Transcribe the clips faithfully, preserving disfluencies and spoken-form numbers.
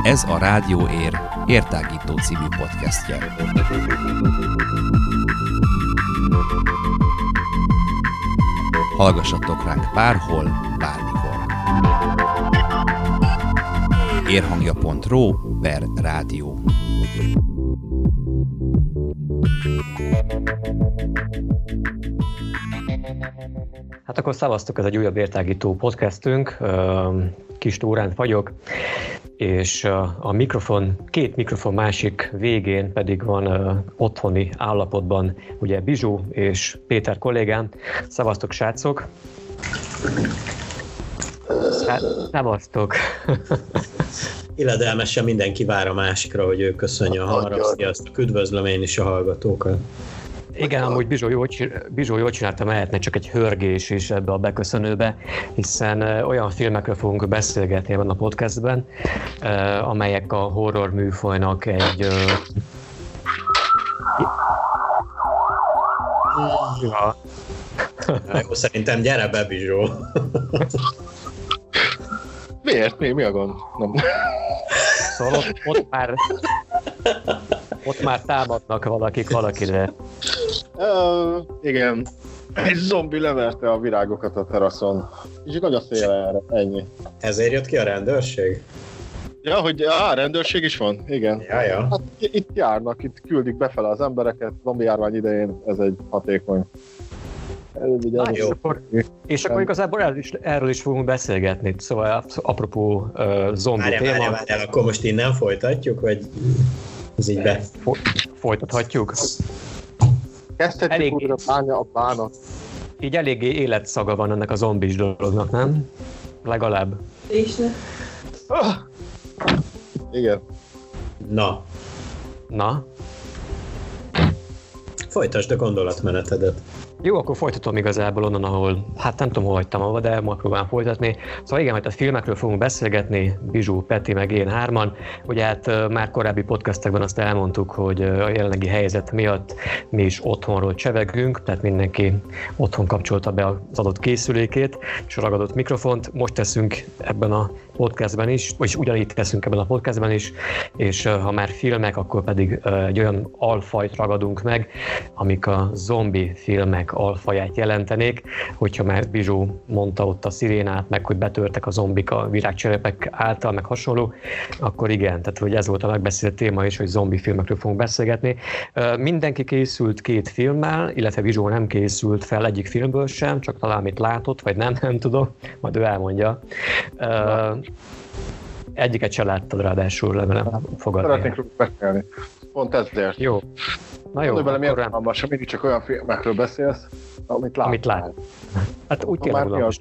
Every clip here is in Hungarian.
Ez a Rádió Ér Értágító című podcastje. Hallgassatok ránk bárhol, bármikor. érhangja pont ro per rádió. Hát akkor szavaztok, ez egy újabb értágító podcastünk. Kis Lóránt vagyok, és a mikrofon, két mikrofon másik végén pedig van otthoni állapotban ugye Bizsó és Péter kollégám. Szavaztok, srácok! Szavaztok! Illedelmesen mindenki vár a másikra, hogy ő köszönjön hamarabb. Sziasztok! Üdvözlöm én is a hallgatókat! Igen, amúgy Bizsó jól, Bizsó jól csinálta, mehetne csak egy hörgés is ebbe a beköszönőbe, hiszen olyan filmekről fogunk beszélgetni ebben a podcastben, amelyek a horror műfajnak egy... Ja. Jó, szerintem gyere be, Bizsó! Miért? Mi, mi a gond? Nem. Szóval ott, ott már... Ott már támadnak valakik valakire. Uh, igen. Egy zombi leverte a virágokat a teraszon. És nagy a szél erre, ennyi. Ezért jött ki a rendőrség? Ja, hogy á, rendőrség is van? Igen. Ja, ja. Hát itt járnak, itt küldik befele az embereket, zombi járvány idején ez egy hatékony. Na, és, akkor, és akkor igazából erről is, erről is fogunk beszélgetni. Szóval apropó uh, zombi várjál, téma. Várjál, várjál, akkor most innen folytatjuk, vagy ez így be? Folytathatjuk. Kezdhetjük elég... újra bánya a bánat. Így eléggé életszaga van ennek a zombis dolognak, nem? Legalább. És ne. Oh. Igen. Na. Na? Folytasd a gondolatmenetedet. Jó, akkor folytatom igazából onnan, ahol, hát nem tudom, hol hagytam ahol, de majd próbálom folytatni. Szóval igen, majd a filmekről fogunk beszélgetni, Bizsó, Peti meg én hárman. Ugye hát már korábbi podcastekben azt elmondtuk, hogy a jelenlegi helyzet miatt mi is otthonról csevegünk, tehát mindenki otthon kapcsolta be az adott készülékét és a ragadott mikrofont. Most teszünk ebben a podcastben is, vagyis ugyanígy teszünk ebben a podcastben is, és ha már filmek, akkor pedig egy olyan alfajt ragadunk meg, amik a zombi filmek alfaját jelentenék, hogyha már Bizsó mondta ott a szirénát, meg hogy betörtek a zombik a virágcserepek által, meg hasonló, akkor igen, tehát hogy ez volt a megbeszélt téma is, hogy zombi filmekről fogunk beszélgetni. Mindenki készült két filmmel, illetve Bizsó nem készült fel egyik filmből sem, csak talán amit látott, vagy nem, nem tudom, majd ő elmondja. Na. Egyiket se láttad, ráadásul remélem fogadni. Szeretnénk rúgni beszélni. Pont ezért. Jó. Na jó, akkor miért rám... van, mindig csak olyan filmekről beszélsz, amit látsz. Amit lát. Hát úgy tényleg unalmas.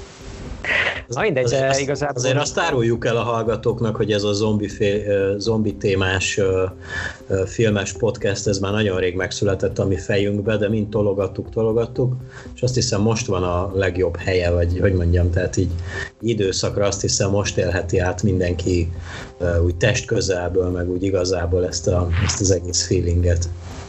Na mindegy, de azért, igazából... Azért azt áruljuk el a hallgatóknak, hogy ez a zombi, fél, zombi témás filmes podcast, ez már nagyon rég megszületett a mi fejünkbe, de mind tologattuk, tologattuk, és azt hiszem most van a legjobb helye, vagy hogy mondjam, tehát így időszakra azt hiszem most élheti át mindenki úgy testközelből, meg úgy igazából ezt, a, ezt az egész feelinget.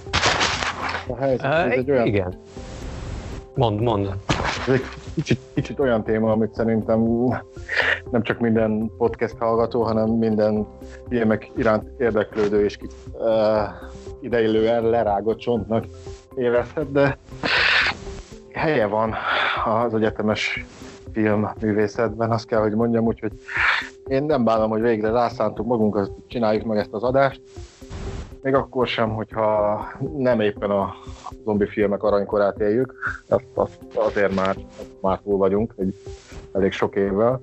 A helyzet, ez uh, egy olyan... Igen. Mond, mond. Ez egy kicsit, kicsit olyan téma, amit szerintem nem csak minden podcast hallgató, hanem minden filmek iránt érdeklődő és uh, ideillően lerágott csontnak érezhet, de helye van az egyetemes filmművészetben, azt kell, hogy mondjam, úgyhogy én nem bánom, hogy végre rászántuk magunkat, csináljuk meg ezt az adást. Még akkor sem, hogyha nem éppen a zombi filmek aranykorát éljük, azt, azt azért már, már túl vagyunk egy elég sok évvel.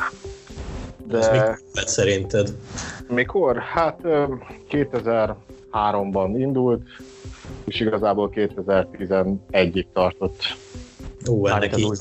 De ez mikor lett szerinted? Mikor? Hát kétezer-háromban indult, és igazából kétezer-tizenegyig tartott. Ó, ennek így.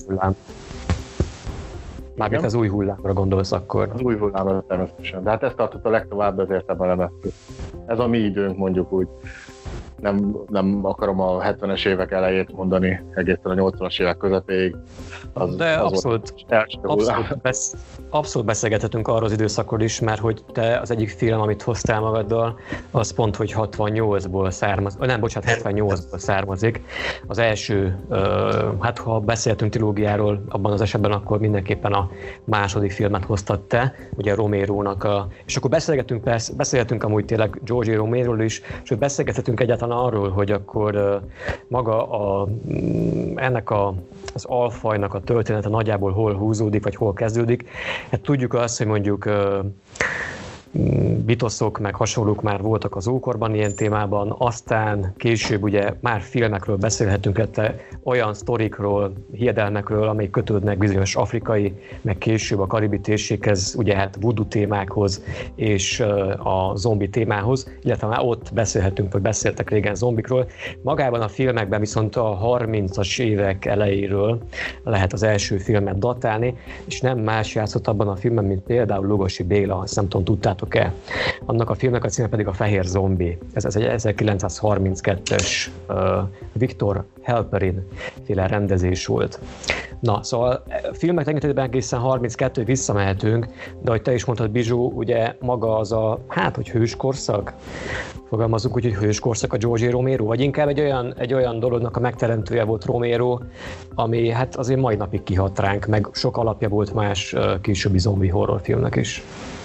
Mármint az új hullámra gondolsz akkor. Az új hullámra természetesen. De hát ez tartott a legtovább, ezért ebben lemeztük. Ez a mi időnk, mondjuk úgy. nem, nem akarom a hetvenes évek elejét mondani, egészen a nyolcvanas évek közepéig. Az, De az abszolút, abszolút, besz, abszolút beszélgethetünk arról az időszakról is, mert hogy te az egyik film, amit hoztál magaddal, az pont, hogy hatvannyolcból származik, nem, bocsánat, hetvennyolcból származik. Az első, hát ha beszéltünk trilógiáról, abban az esetben akkor mindenképpen a második filmet hoztad te, ugye Romérónak a... És akkor beszélgetünk, persze, beszélgetünk amúgy tényleg George Roméról is, és hogy beszélgethetünk egyáltalán arról, hogy akkor maga a, ennek a, az alfajnak a története nagyjából hol húzódik, vagy hol kezdődik. Hát tudjuk azt, hogy mondjuk Beatlesok meg hasonlók már voltak az ókorban ilyen témában, aztán később ugye már filmekről beszélhetünk, illetve olyan sztorikról, hiedelmekről, amelyek kötődnek bizonyos afrikai, meg később a karibi térséghez, ugye hát voodoo témákhoz és a zombi témához, illetve már ott beszélhetünk, vagy beszéltek régen zombikról. Magában a filmekben viszont a harmincas évek elejéről lehet az első filmet datálni, és nem más játszott abban a filmben, mint például Lugosi Béla, azt nem tudom, tudtátok-e. Annak a filmnek a címe pedig a Fehér zombi. Ez, ez egy ezerkilencszázharminckettes uh, Viktor Halperin féle rendezés volt. Na, szóval a filmek tekintetében egészen harminckettőig visszamehetünk, de ahogy te is mondtad, Bizsó, ugye maga az a, hát, hogy hőskorszak, fogalmazunk úgy, hogy hőskorszak a George Romero, vagy inkább egy olyan, egy olyan dolognak a megteremtője volt Romero, ami hát azért mai napig kihat ránk, meg sok alapja volt más uh, későbbi zombi horrorfilmnek is.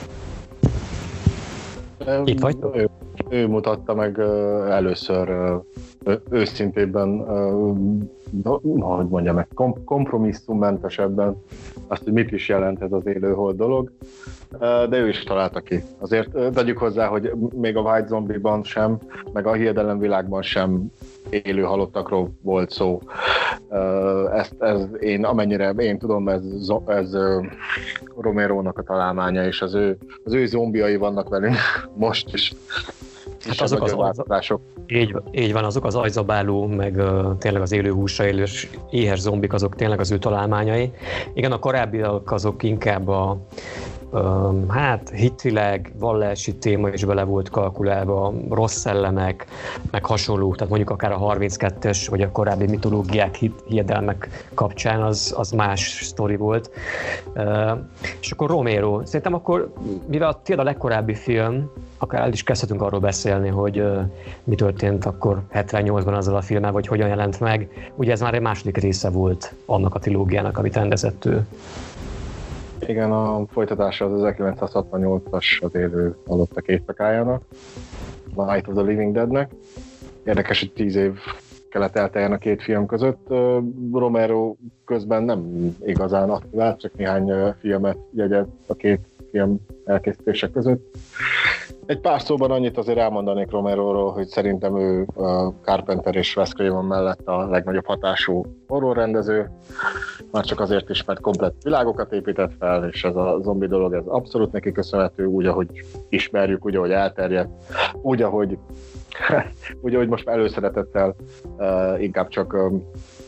Itt vagytok? Ő, ő mutatta meg uh, először uh, őszintében, uh, hogy mondjam meg, kom- kompromisszummentesebben azt, hogy mit is jelent ez az élőhold dolog, uh, de ő is találta ki. Azért uh, tegyük hozzá, hogy még a White Zombie-ban sem, meg a Hiedelemvilágban sem élő halottakról volt szó. Uh, ezt, ez én, amennyire én tudom, ez, ez uh, Romérónak a találmánya, és az ő, az ő zombiai vannak velünk most is. Hát azok az változások. Így, így van, azok az agyzabáló, meg uh, tényleg az élő húsra élő éhes zombik, azok tényleg az ő találmányai. Igen, a korábbiak azok inkább a Um, hát hitvileg, vallási téma is bele volt kalkulálva, rossz szellemek, meg hasonló, tehát mondjuk akár a harminckettes, vagy a korábbi mitológiák, hit, hiedelmek kapcsán az, az más sztori volt. Uh, és akkor Romero, szerintem akkor, mivel tiéd a legkorábbi film, akár el is kezdhetünk arról beszélni, hogy uh, mi történt akkor hetvennyolcban azzal a filmmel, vagy hogyan jelent meg. Ugye ez már egy második része volt annak a trilógiának, amit rendezett ő. Igen, a folytatása az ezerkilencszázhatvannyolcas az élő halottak éjszakájának, Night of the Living Deadnek. Érdekes, hogy tíz év kellett elteljen a két film között. Romero közben nem igazán aktivált, csak néhány filmet jegyett a két film elkészítések között. Egy pár szóban annyit azért elmondanék Romeróról, hogy szerintem ő Carpenter és Wes Craven mellett a legnagyobb hatású horrorrendező. Már csak azért is, mert komplett világokat épített fel, és ez a zombi dolog, ez abszolút neki köszönhető, úgy, ahogy ismerjük, úgy, ahogy elterjedt, úgy, ahogy, úgy, ahogy most előszeretettel uh, inkább csak um,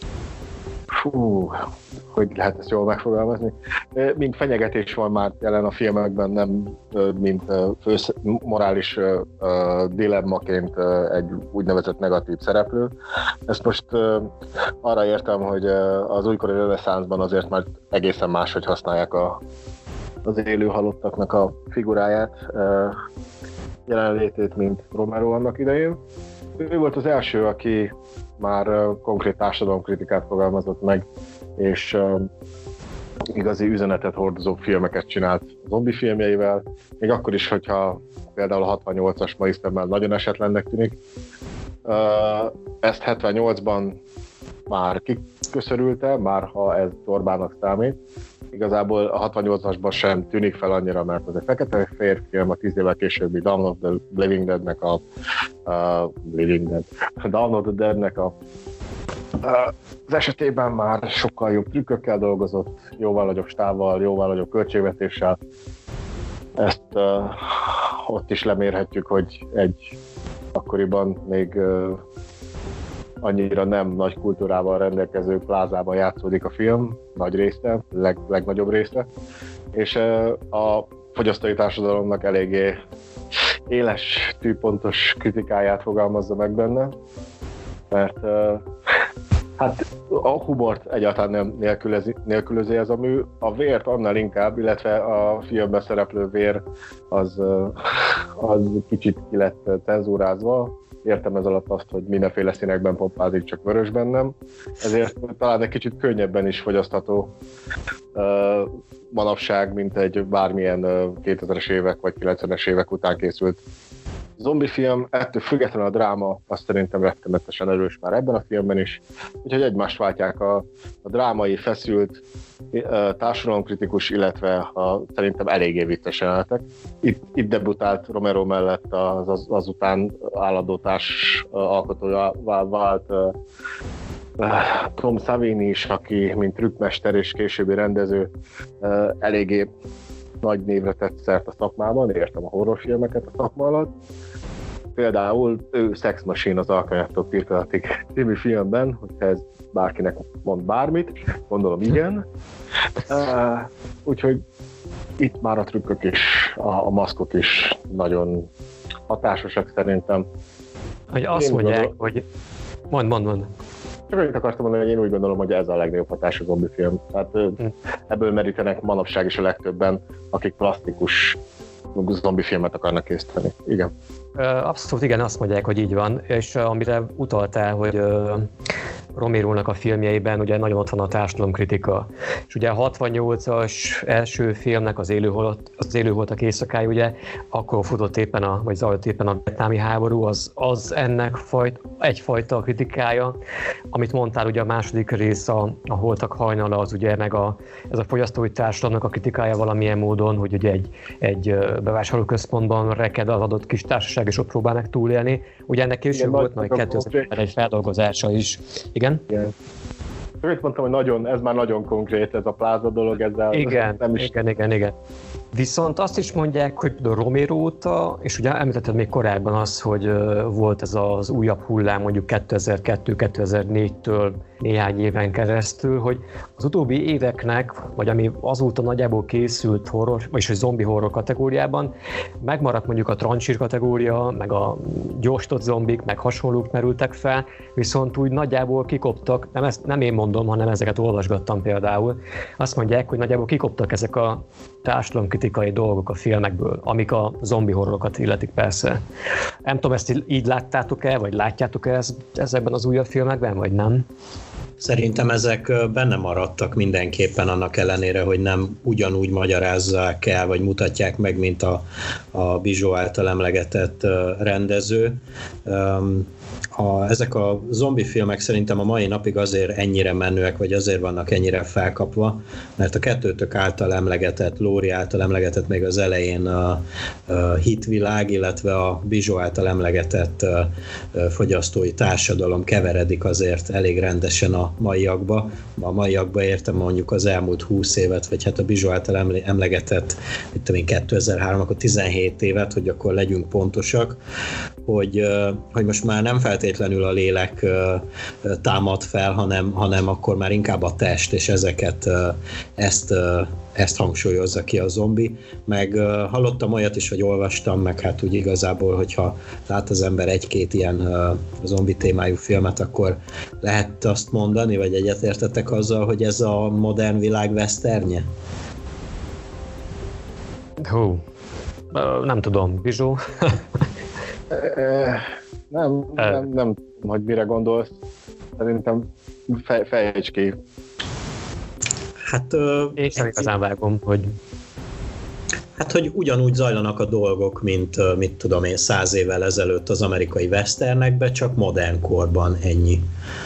fú, hogy lehet ezt jól megfogalmazni. Mint fenyegetés van már jelen a filmekben, nem mint fősz, morális uh, dilemmaként uh, egy úgynevezett negatív szereplő. Ezt most uh, arra értem, hogy uh, az újkori reneszánszban azért már egészen máshogy használják a, az élő halottaknak a figuráját, uh, jelenlétét, mint Romero annak idején. Ő volt az első, aki már uh, konkrét társadalomkritikát fogalmazott meg, és uh, igazi üzenetet hordozó filmeket csinált zombi filmjeivel, még akkor is, hogyha például a hatvannyolcas mai szemmel nagyon esetlennek tűnik. Uh, ezt hetvennyolcban már kiköszörülte, már ha ez Orbánnak számít. Igazából a hatvannyolcasban sem tűnik fel annyira, mert az egy fekete-fehér film, a tíz évvel későbbi Dawn of the Living Deadnek a uh, Living Dead, Dawn of the Deadnek a uh, az esetében már sokkal jobb trükkökkel dolgozott, jóval nagyobb stávval, jóval nagyobb költségvetéssel. Ezt uh, ott is lemérhetjük, hogy egy akkoriban még uh, annyira nem nagy kultúrával rendelkező plázában játszódik a film, nagy része, leg, legnagyobb része, és uh, a fogyasztói társadalomnak eléggé éles, tűpontos kritikáját fogalmazza meg benne, mert hát a humort egyáltalán nem nélkülözi, nélkülözi ez a mű, a vért annál inkább, illetve a filmben szereplő vér az, az kicsit ki lett cenzúrázva. Értem ez alatt azt, hogy mindenféle színekben pompázik, csak vörösben nem. Ezért talán egy kicsit könnyebben is fogyasztható uh, manapság, mint egy bármilyen uh, kétezres évek vagy kilencvenes évek után készült zombifilm. Ettől függetlenül a dráma azt szerintem rettenetesen erős már ebben a filmben is. Úgyhogy egymást váltják a, a drámai, feszült, uh, társadalomkritikus, illetve a szerintem eléggé vicces jelenetek. Itt, itt debutált Romero mellett az, az, azután állandó társ uh, alkotója vált uh, Tom Savini is, aki mint trükkmester és későbbi rendező uh, eléggé nagy névre tett szert a szakmában, értem a horrorfilmeket a szakma alatt. Például ő Sex Machine az Alkanyattól Pirkalatig című filmben, hogyha ez bárkinek mond bármit, gondolom igen. Uh, úgyhogy itt már a trükkök is, a, a maszkok is nagyon hatásosak szerintem. Hogy azt én mondják, gondolom, hogy... Mond, mond, mond. Csak annyit akartam mondani, hogy én úgy gondolom, hogy ez a legnagyobb hatású zombifilm. Tehát hm. ebből merítenek manapság is a legtöbben, akik plastikus zombifilmet akarnak készíteni. Igen. Abszolút igen, azt mondják, hogy így van, és amire utaltál, hogy Romerónak a filmjeiben ugye nagyon ott van a társadalomkritika. És ugye a hatvannyolcas első filmnek, az Élőholt, az Élőholtak éjszakája, ugye akkor futott éppen a, vagy zajlott éppen a vietnámi háború, az, az ennek fajt, egyfajta kritikája. Amit mondtál, ugye a második rész, a, a Holtak hajnala, az ugye meg a, ez a fogyasztói társadalomnak a kritikája valamilyen módon, hogy ugye egy, egy bevásárlóközpontban reked az adott kis társaság, és ott próbálnak túlélni. Ugye ennek később volt majd kétezer-ötben egy feldolgozása is. Igen? Igen. Csak mondtam, hogy nagyon, ez már nagyon konkrét, ez a pláza dolog, ezzel igen, nem is... igen, igen, igen. Viszont azt is mondják, hogy Romero óta, és ugye említetted még korábban az, hogy volt ez az újabb hullám mondjuk kétezer-kettő kétezer-négytől néhány éven keresztül, hogy az utóbbi éveknek, vagy ami azóta nagyjából készült horror, vagyis a zombi horror kategóriában, megmaradt mondjuk a trancsír kategória, meg a gyorstott zombik, meg hasonlók merültek fel, viszont úgy nagyjából kikoptak, nem, ezt, nem én mondom, hanem ezeket olvasgattam például, azt mondják, hogy nagyjából kikoptak ezek a társadalomkritikai dolgok a filmekből, amik a zombi horrorokat illetik persze. Nem tudom, ezt így láttátok-e, vagy látjátok-e ezekben az újabb filmekben, vagy nem? Szerintem ezek benne maradtak mindenképpen, annak ellenére, hogy nem ugyanúgy magyarázzák el, vagy mutatják meg, mint a, a Bizsó által emlegetett rendező. A, ezek a zombi filmek szerintem a mai napig azért ennyire menőek, vagy azért vannak ennyire felkapva, mert a kettőtök által emlegetett, Lóri által emlegetett még az elején a, a hitvilág, illetve a Bizsó által emlegetett a, a fogyasztói társadalom keveredik azért elég rendesen a maiakba. A maiakba értem mondjuk az elmúlt húsz évet, vagy hát a Bizsó által emlegetett, mit tudom én, kétezer-három, akkor tizenhét évet, hogy akkor legyünk pontosak, hogy, hogy most már nem feltétlenül a lélek támad fel, hanem, hanem akkor már inkább a test, és ezeket, ezt, ezt hangsúlyozza ki a zombi. Meg hallottam olyat is, hogy olvastam, meg hát úgy igazából, hogyha lát az ember egy-két ilyen zombi témájú filmet, akkor lehet azt mondani, vagy egyetértettek azzal, hogy ez a modern világ westernje? Hú, nem tudom, Bizsó? Nem, nem, nem tudom, hogy mire gondolsz. Szerintem fej, fejtsd ki. Hát... Uh, Én sem igazán vágom, hogy... Hát, hogy ugyanúgy zajlanak a dolgok, mint mit tudom én, száz évvel ezelőtt az amerikai westernekben, csak modern korban, ennyi.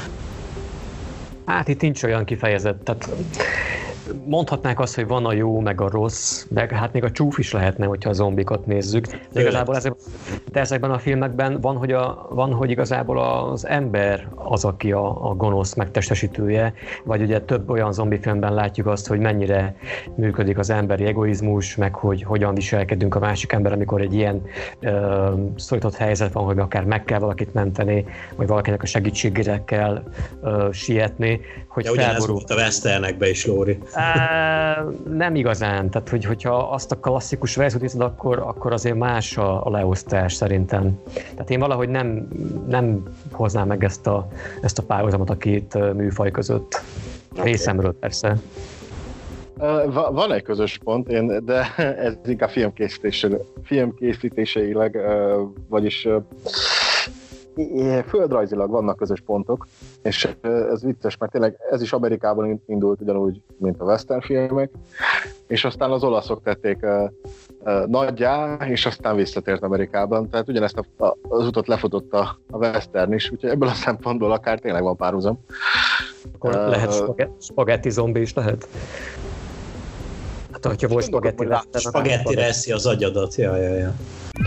Hát itt nincs olyan kifejezett, tehát mondhatnák azt, hogy van a jó, meg a rossz, meg hát még a csúf is lehetne, hogyha a zombikat nézzük. De igazából ezek, de ezekben a filmekben van, hogy, a, van, hogy igazából az ember az, aki a, a gonosz megtestesítője, vagy ugye több olyan zombi filmben látjuk azt, hogy mennyire működik az emberi egoizmus, meg hogy hogyan viselkedünk a másik ember, amikor egy ilyen ö, szorított helyzet van, hogy akár meg kell valakit menteni, vagy valakinek a segítségére kell ö, sietni, hogy ja, ugyanez volt a westernekben is, Lóri. Á, nem igazán. Tehát, hogy, hogyha azt a klasszikus verziót hiszed, akkor, akkor azért más a, a leosztás szerintem. Tehát én valahogy nem, nem hoznám meg ezt a, ezt a párhuzamot a két műfaj között. Okay. Részemről persze. Van egy közös pont, én, de ez inkább filmkészítéseileg, vagyis földrajzilag vannak közös pontok, és ez vicces, mert tényleg ez is Amerikában indult ugyanúgy, mint a western filmek, és aztán az olaszok tették nagyjá, és aztán visszatért Amerikában, tehát ugyanezt a, az utat lefutott a, a western is, úgyhogy ebből a szempontból akár tényleg van párhuzam. Akkor uh, lehet spagetti, spagetti zombi is lehet? Hát, hogyha volt spagetti lesz. Spagettire eszi az agyadat, jaj, jaj, jaj.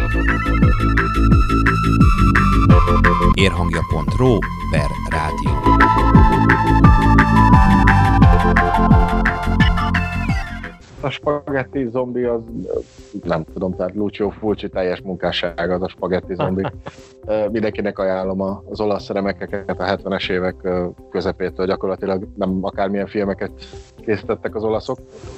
érhangja.ro per rádió. A spagetti zombi az, nem tudom, tehát Lucio Fulci teljes munkásság az a spagetti zombi. Mindenkinek ajánlom az olasz remekeket a hetvenes évek közepétől, gyakorlatilag nem akármilyen filmeket készítettek az olaszok.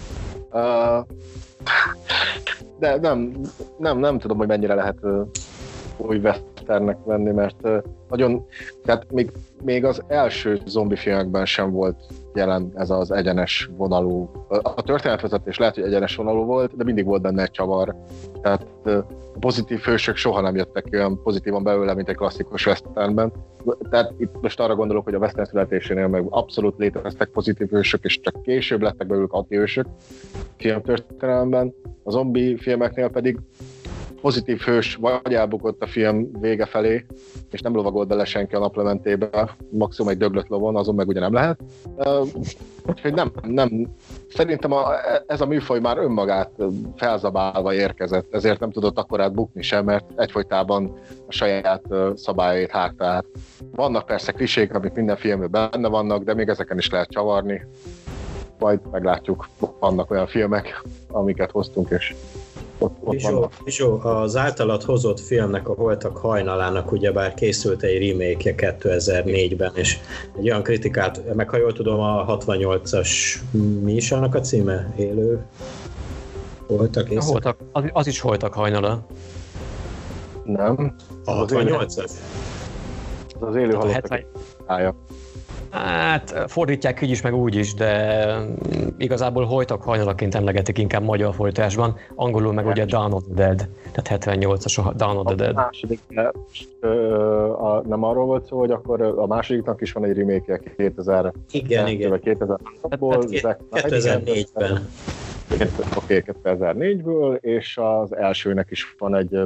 De nem, nem, nem tudom, hogy mennyire lehet új westernnek venni, mert nagyon, tehát még, még az első zombi filmekben sem volt jelen ez az egyenes vonalú. A történetvezetés lehet, hogy egyenes vonalú volt, de mindig volt benne egy csavar. Tehát a pozitív hősök soha nem jöttek ki olyan pozitívan belőle, mint egy klasszikus westernben. Tehát itt most arra gondolok, hogy a western születésénél meg abszolút léteztek pozitív hősök, és csak később lettek belőlük antihősök filmtörténelemben. A zombi filmeknél pedig pozitív hős vagy elbukott a film vége felé, és nem lovagolt bele senki a naplementébe, maximum egy döglött lovon, azon meg ugye nem lehet. Úgyhogy nem, nem, szerintem a, ez a műfaj már önmagát felzabálva érkezett, ezért nem tudott akkorát bukni sem, mert egyfolytában a saját szabályait hágta át. Vannak persze klisék, amik minden filmben benne vannak, de még ezeken is lehet csavarni. Majd meglátjuk, vannak olyan filmek, amiket hoztunk, és Ott, ott Bizsó, Bizsó, az általad hozott filmnek, a Holtak hajnalának ugyebár készült egy remake-je kétezer-négyben, és egy olyan kritikát, meg ha jól tudom, a hatvannyolcas, mi is annak a címe? Élő? Holtak észak? Holtak, az, az is Holtak hajnala. Nem. A hatvannyolcas? Az az élő halottak ája. Hát fordítják így is, meg úgy is, de igazából Holtak hajnalaként emlegetik inkább magyar fordításban, angolul meg ugye Dawn of the Dead, tehát hetvennyolcas a Dawn of the Dead. A második, ö, a, nem arról volt szó, hogy akkor a másodiknak is van egy remake-je kétezer. Igen, igen. kétezer-ból, kétezer-négyben. Oké, kétezer-négyből, és az elsőnek is van egy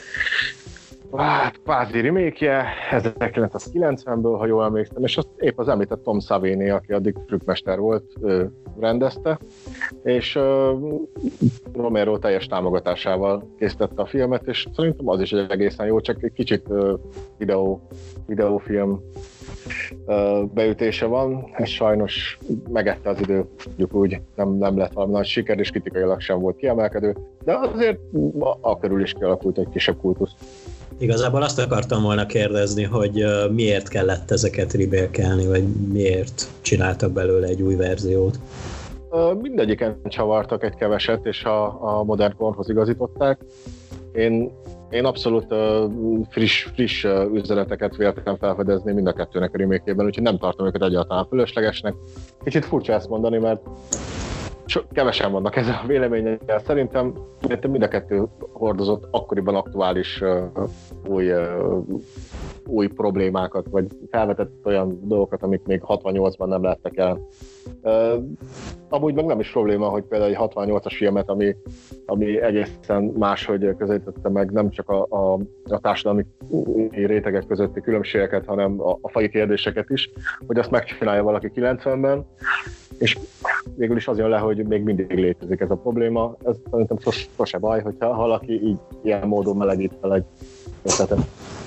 hát, kvázi remake-je, ezerkilencszázkilencvenből, ha jól emlékszem, és azt épp az említett Tom Savini, aki addig trükkmester volt, ő rendezte, és uh, Romero teljes támogatásával készítette a filmet, és szerintem az is egy egészen jó, csak egy kicsit uh, videó, videófilm uh, beütése van, és sajnos megette az idő, mondjuk úgy, nem, nem lett valami nagy siker, és kritikailag sem volt kiemelkedő, de azért a, a körül is kialakult egy kisebb kultusz. Igazából azt akartam volna kérdezni, hogy uh, miért kellett ezeket remake-elni, vagy miért csináltak belőle egy új verziót? Uh, mindegyiken csavartak egy keveset, és a, a modern korhoz igazították. Én, én abszolút uh, friss, friss uh, üzeneteket véltem felfedezni mind a kettőnek a remake-ében, úgyhogy nem tartom őket egyáltalán fölöslegesnek. Kicsit furcsa ezt mondani, mert so, kevesen vannak ezzel a véleményekkel. Szerintem mind a kettő hordozott akkoriban aktuális uh, új, uh, új problémákat, vagy felvetett olyan dolgokat, amik még hatvannyolcban nem lettek el. Uh, amúgy meg nem is probléma, hogy például egy hatvannyolcas filmet, ami, ami egészen máshogy közelítette meg nem csak a, a, a társadalmi rétegek közötti különbségeket, hanem a, a faji kérdéseket is, hogy azt megcsinálja valaki kilencvenben, és végül is az jön le, hogy még mindig létezik ez a probléma. Ez szerintem sose baj, hogyha valaki így ilyen módon melegít fel egy ötletet.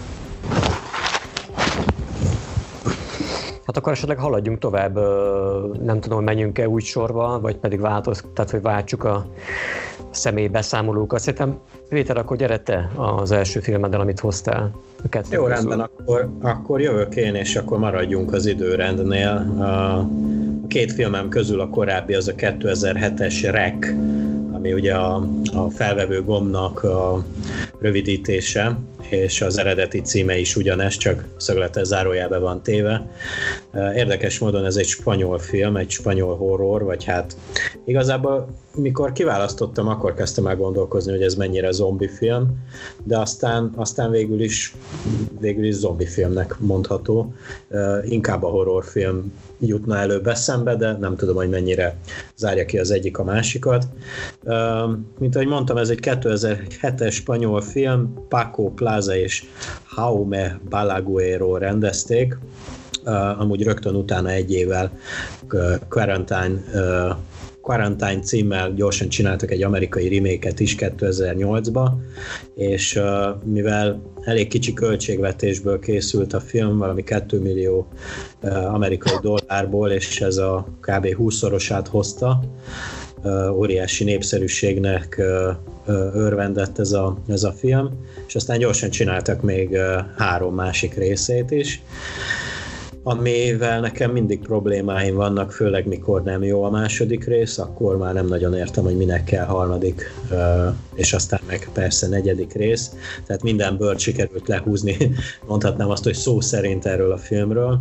Hát akkor esetleg haladjunk tovább, nem tudom, hogy menjünk-e úgy sorba, vagy pedig változ, tehát hogy váltsuk a személybeszámolókat. Szerintem Péter, akkor gyere te az első filmeddel, amit hoztál. Jó, rendben, akkor, akkor jövök én, és akkor maradjunk az időrendnél. A két filmem közül a korábbi az a kétezer-hetes Rec, ami ugye a, a felvevő gombnak a rövidítése, és az eredeti címe is ugyanez, csak szögletes zárójelbe van téve. Érdekes módon ez egy spanyol film, egy spanyol horror, vagy hát igazából mikor kiválasztottam, akkor kezdtem el gondolkozni, hogy ez mennyire zombi film, de aztán, aztán végül is végül is zombi filmnek mondható. Inkább a horrorfilm jutna előbb eszembe, de nem tudom, hogy mennyire zárja ki az egyik a másikat. Mint ahogy mondtam, ez egy kétezer-hetes spanyol film, Paco Plaza és Jaume Balaguero rendezték, amúgy rögtön utána egy évvel Quarantine Quarantine címmel gyorsan csináltak egy amerikai remake-et is kétezer-nyolcban, és uh, mivel elég kicsi költségvetésből készült a film, valami két millió uh, amerikai dollárból, és ez a kb. húszszorosát hozta, uh, óriási népszerűségnek uh, uh, örvendett ez a, ez a film, és aztán gyorsan csináltak még uh, három másik részét is, amivel nekem mindig problémáim vannak, főleg mikor nem jó a második rész, akkor már nem nagyon értem, hogy minek kell harmadik, és aztán meg persze negyedik rész. Tehát minden bőrt sikerült lehúzni, mondhatnám azt, hogy szó szerint erről a filmről.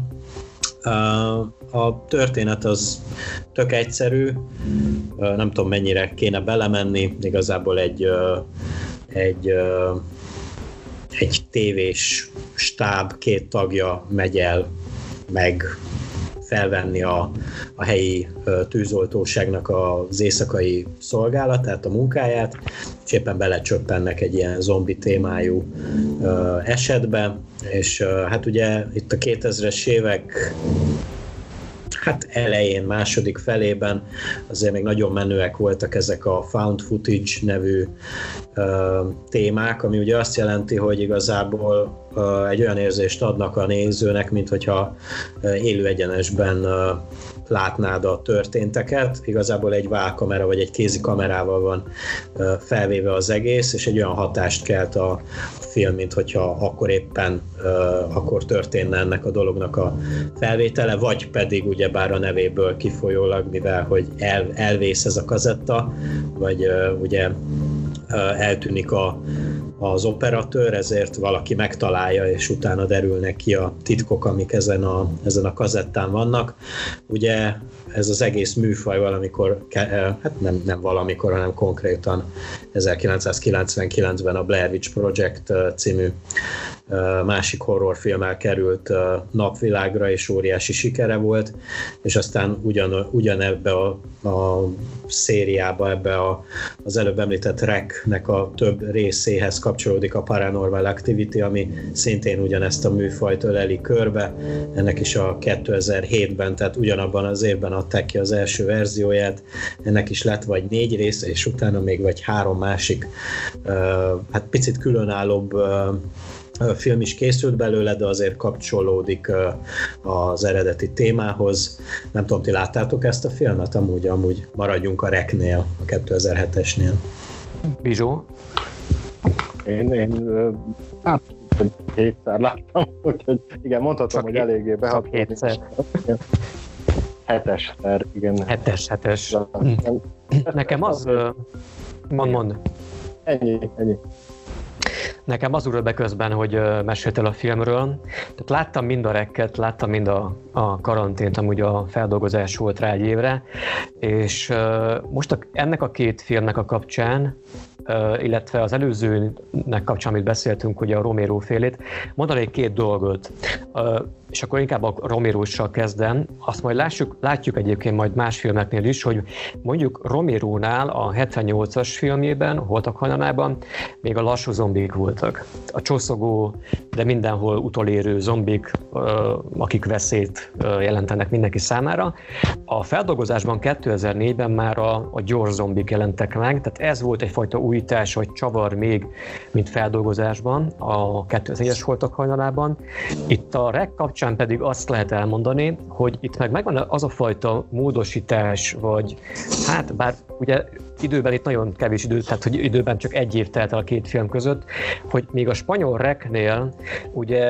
A történet az tök egyszerű, nem tudom mennyire kéne belemenni, igazából egy, egy, egy tévés stáb két tagja megy el meg felvenni a, a helyi tűzoltóságnak az éjszakai szolgálatát, a munkáját, és éppen belecsöppennek egy ilyen zombi témájú uh, esetbe, és uh, hát ugye itt a kétezres évek hát elején, második felében azért még nagyon menőek voltak ezek a found footage nevű uh, témák, ami ugye azt jelenti, hogy igazából uh, egy olyan érzést adnak a nézőnek, mint hogyha uh, élő egyenesben uh, látnád a történteket. Igazából egy válkamera vagy egy kézi kamerával van uh, felvéve az egész, és egy olyan hatást kelt a, a film, mint hogyha akkor éppen uh, akkor történne ennek a dolognak a felvétele, vagy pedig ugyebár a nevéből kifolyólag, mivel hogy el, elvész ez a kazetta, vagy uh, ugye uh, eltűnik a az operatőr, ezért valaki megtalálja, és utána derülnek ki a titkok, amik ezen a, ezen a kazettán vannak. Ugye ez az egész műfaj valamikor, hát nem, nem valamikor, hanem konkrétan ezerkilencszázkilencvenkilencben a Blair Witch Project című másik horrorfilmmel került napvilágra, és óriási sikere volt, és aztán ugyan, ugyanebbe a, a szériába, ebbe a, az előbb említett Rec-nek a több részéhez kapcsolódik a Paranormal Activity, ami szintén ugyanezt a műfajt öleli körbe. Ennek is a kétezer-hétben, tehát ugyanabban az évben adták ki az első verzióját. Ennek is lett vagy négy része, és utána még vagy három másik, hát picit különállóbb film is készült belőle, de azért kapcsolódik az eredeti témához. Nem tudom, ti láttátok ezt a filmet? Amúgy, amúgy maradjunk a Rec-nél, a kétezer-hetesnél. Bizsó? Én, én hát hétszer láttam, úgyhogy igen, mondhatom, hogy eléggé behatolni. Hetesszer, igen. Hetes, hetes. Nekem az... Mond, mond. Ennyi, ennyi. Nekem az ugrott be közben, hogy meséltél a filmről. Tehát láttam mind a Rec-et, láttam mind a, a karantént, amúgy a feldolgozás volt rá egy évre, és uh, most a, ennek a két filmnek a kapcsán, uh, illetve az előzőnek kapcsán, amit beszéltünk, ugye a Romero félét, mondanék két dolgot. Uh, és akkor inkább a Romeróssal kezdem. Azt majd lássuk, látjuk egyébként majd más filmeknél is, hogy mondjuk Romerónál a hetvennyolcas filmjében, Holtak hajnalában még a lassú zombik voltak. A csoszogó, de mindenhol utolérő zombik, akik veszélyt jelentenek mindenki számára. A feldolgozásban kétezer-négyben már a, a gyors zombik jelentek meg, tehát ez volt egyfajta újítás, vagy csavar még, mint feldolgozásban a kétezer-négyes Holtak hajnalában. Itt a Rec kapcsán pedig azt lehet elmondani, hogy itt meg megvan az a fajta módosítás, vagy hát bár ugye időben itt nagyon kevés idő, tehát hogy időben csak egy év telt el a két film között, hogy még a spanyol Rec-nél ugye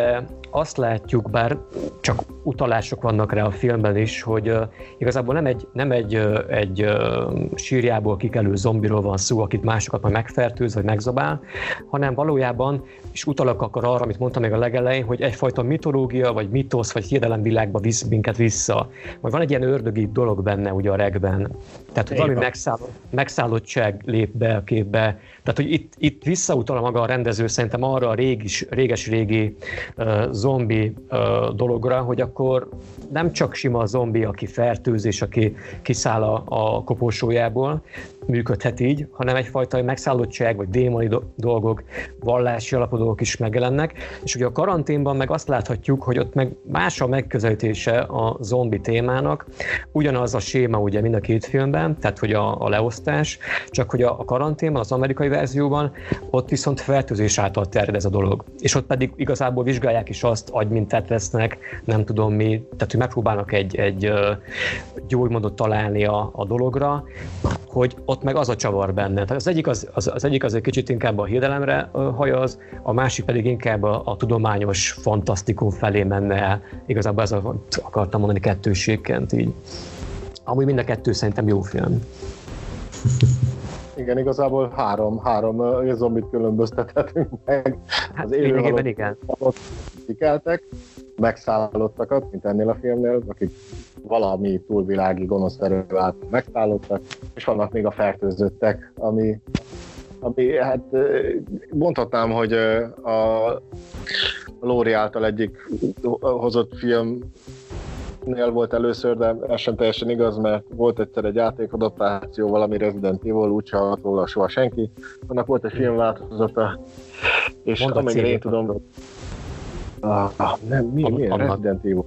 azt látjuk, bár csak utalások vannak rá a filmben is, hogy uh, igazából nem egy, nem egy, uh, egy uh, sírjából kikelő zombiról van szó, akit másokat majd megfertőz vagy megzabál, hanem valójában, és utalok akkor arra, amit mondtam még a legelején, hogy egyfajta mitológia, vagy mitosz, vagy hiedelemvilágba visz minket vissza. Majd van egy ilyen ördögi dolog benne ugye a regben. Tehát, hogy valami megszállott, megszállottság lép be a képbe. Tehát, hogy itt, itt visszautal maga a rendező szerintem arra a régis, réges-régi uh, zombi uh, dologra, hogy akkor nem csak sima zombi, aki fertőz és aki kiszáll a, a koporsójából, működhet így, hanem egyfajta megszállottság, vagy démoni dolgok, vallási alapú dolgok is megjelennek, és ugye a karanténban meg azt láthatjuk, hogy ott meg más a megközelítése a zombi témának, ugyanaz a séma ugye mind a két filmben, tehát hogy a, a leosztás, csak hogy a, a karanténban, az amerikai verzióban, ott viszont fertőzés által terjed ez a dolog. És ott pedig igazából vizsgálják is azt, agymintát vesznek, nem tudom mi, tehát hogy megpróbálnak egy, egy gyógymódot találni a, a dologra, hogy ott meg az a csavar benne. Tehát az egyik az, az, az egyik az egy kicsit inkább a hiedelemre hajaz, a másik pedig inkább a, a tudományos fantasztikum felé menne el. Igazából ez a, akartam mondani kettőségként így. Amúgy mind a kettő szerintem jó film. Igen, igazából három, három uh, zombit különböztethetünk meg. Hát az élőhalott igen. Kikeltek, megszállottakat, mint ennél a filmnél, akik valami túlvilági gonosz erő által megszállottak, és vannak még a fertőzöttek, ami, ami hát mondhatnám, hogy a, a Lóri által egyik hozott film volt először, de ez sem teljesen igaz, mert volt egyszer egy játékadaptáció, valami Resident Evil, úgy se hallott róla soha senki. Annak volt egy filmváltozata, és Mondd amelyre én tudom... Ah, nem, mi, mi Resident Evil?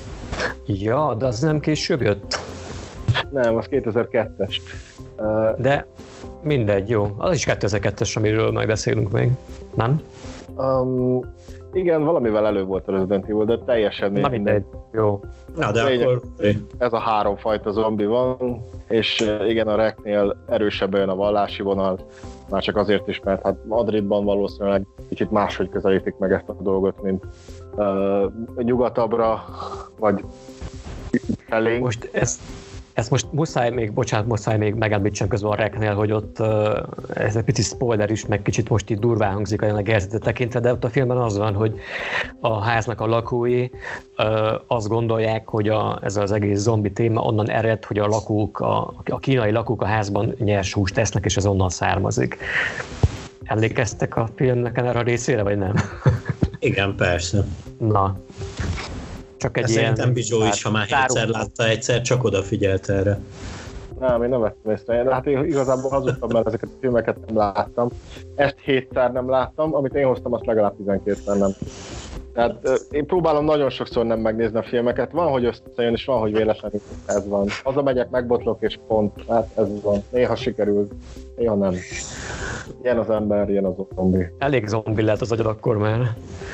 Ja, de az nem később jött? Nem, az kétezer-kettes. Uh, de mindegy, jó. Az is kétezer-kettes, amiről majd beszélünk még, nem? Um, igen, valamivel elő volt a Resident Evil, de teljesen Na mindegy, jó. Na, de lényeg, akkor... Ez a három fajta zombi van, és igen, a Reknél erősebben jön a vallási vonal, már csak azért is, mert hát Madridban valószínűleg kicsit máshogy közelítik meg ezt a dolgot, mint uh, nyugatabbra, vagy felé. Most ezt, ezt most muszáj még, bocsánat, muszáj még megemlítsem közben a Reknél, hogy ott uh, ez egy pici spoiler is, meg kicsit most itt durván hangzik a jelenleg helyzetet tekintve, de ott a filmben az van, hogy a háznak a lakói uh, azt gondolják, hogy a, ez az egész zombi téma onnan ered, hogy a lakók, a, a kínai lakók a házban nyers húst tesznek, és ez onnan származik. Emlékeztek a filmnek erre a részére, vagy nem? Igen, persze. Na. Csak egy ilyen... Szerintem Bizsó is, ha már hétszer látta egyszer, csak odafigyelt erre. Nem, én nem vettem észre. Hát én igazából hazudtam, mert ezeket a filmeket nem láttam. Ezt hétszer nem láttam, amit én hoztam, azt legalább tizenkétszer nem. Tehát én próbálom nagyon sokszor nem megnézni a filmeket. Van, hogy összejön, és van, hogy véletlenül ez van. Hazamegyek, megbotlok, és pont. Hát ez van. Néha sikerül, néha nem. Ilyen az ember, ilyen az zombi. Elég zombi lehet az agyad akkor már.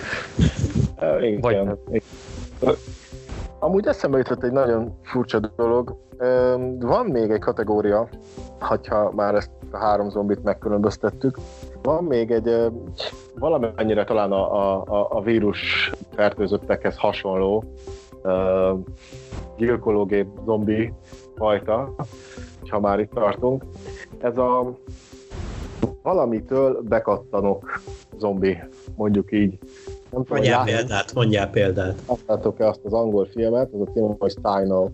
Igen. Vagy nem. Amúgy eszembe jutott egy nagyon furcsa dolog. Van még egy kategória, hogyha már ezt a három zombit megkülönböztettük. Van még egy valamennyire talán a, a, a vírus fertőzöttekhez hasonló uh, gyilkológép zombi fajta, ha már itt tartunk. Ez a valamitől bekattanok zombi, mondjuk így. Nem mondjál tudom, példát, mondjál példát. Láttátok-e azt az angol filmet, az a cím, hogy Steinol?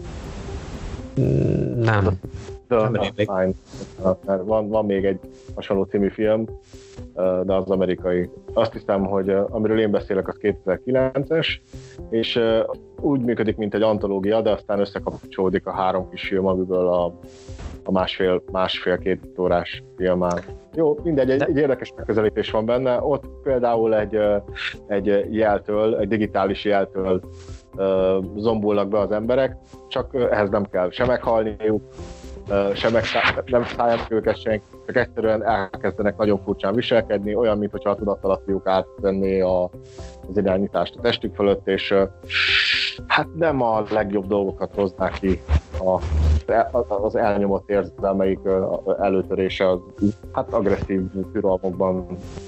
Nem. Nem Stein. Van, van még egy hasonló című film, de az amerikai. Azt hiszem, hogy amiről én beszélek, az kétezer-kilences, és úgy működik, mint egy antológia, de aztán összekapcsolódik a három kis film, amiből a, a másfél, másfél-két órás film áll. Jó, mindegy, egy, egy érdekes megközelítés van benne. Ott például egy, egy jeltől, egy digitális jeltől zombulnak be az emberek, csak ehhez nem kell se meghalniuk, se megszá- nem szállják őket senki, csak egyszerűen elkezdenek nagyon furcsán viselkedni, olyan, mintha a tudattalattiuk átvenné a, az irányítást a testük fölött, és hát nem a legjobb dolgokat hoznák ki a, az elnyomott érzelmeik előtörése, az hát agresszív türalmokban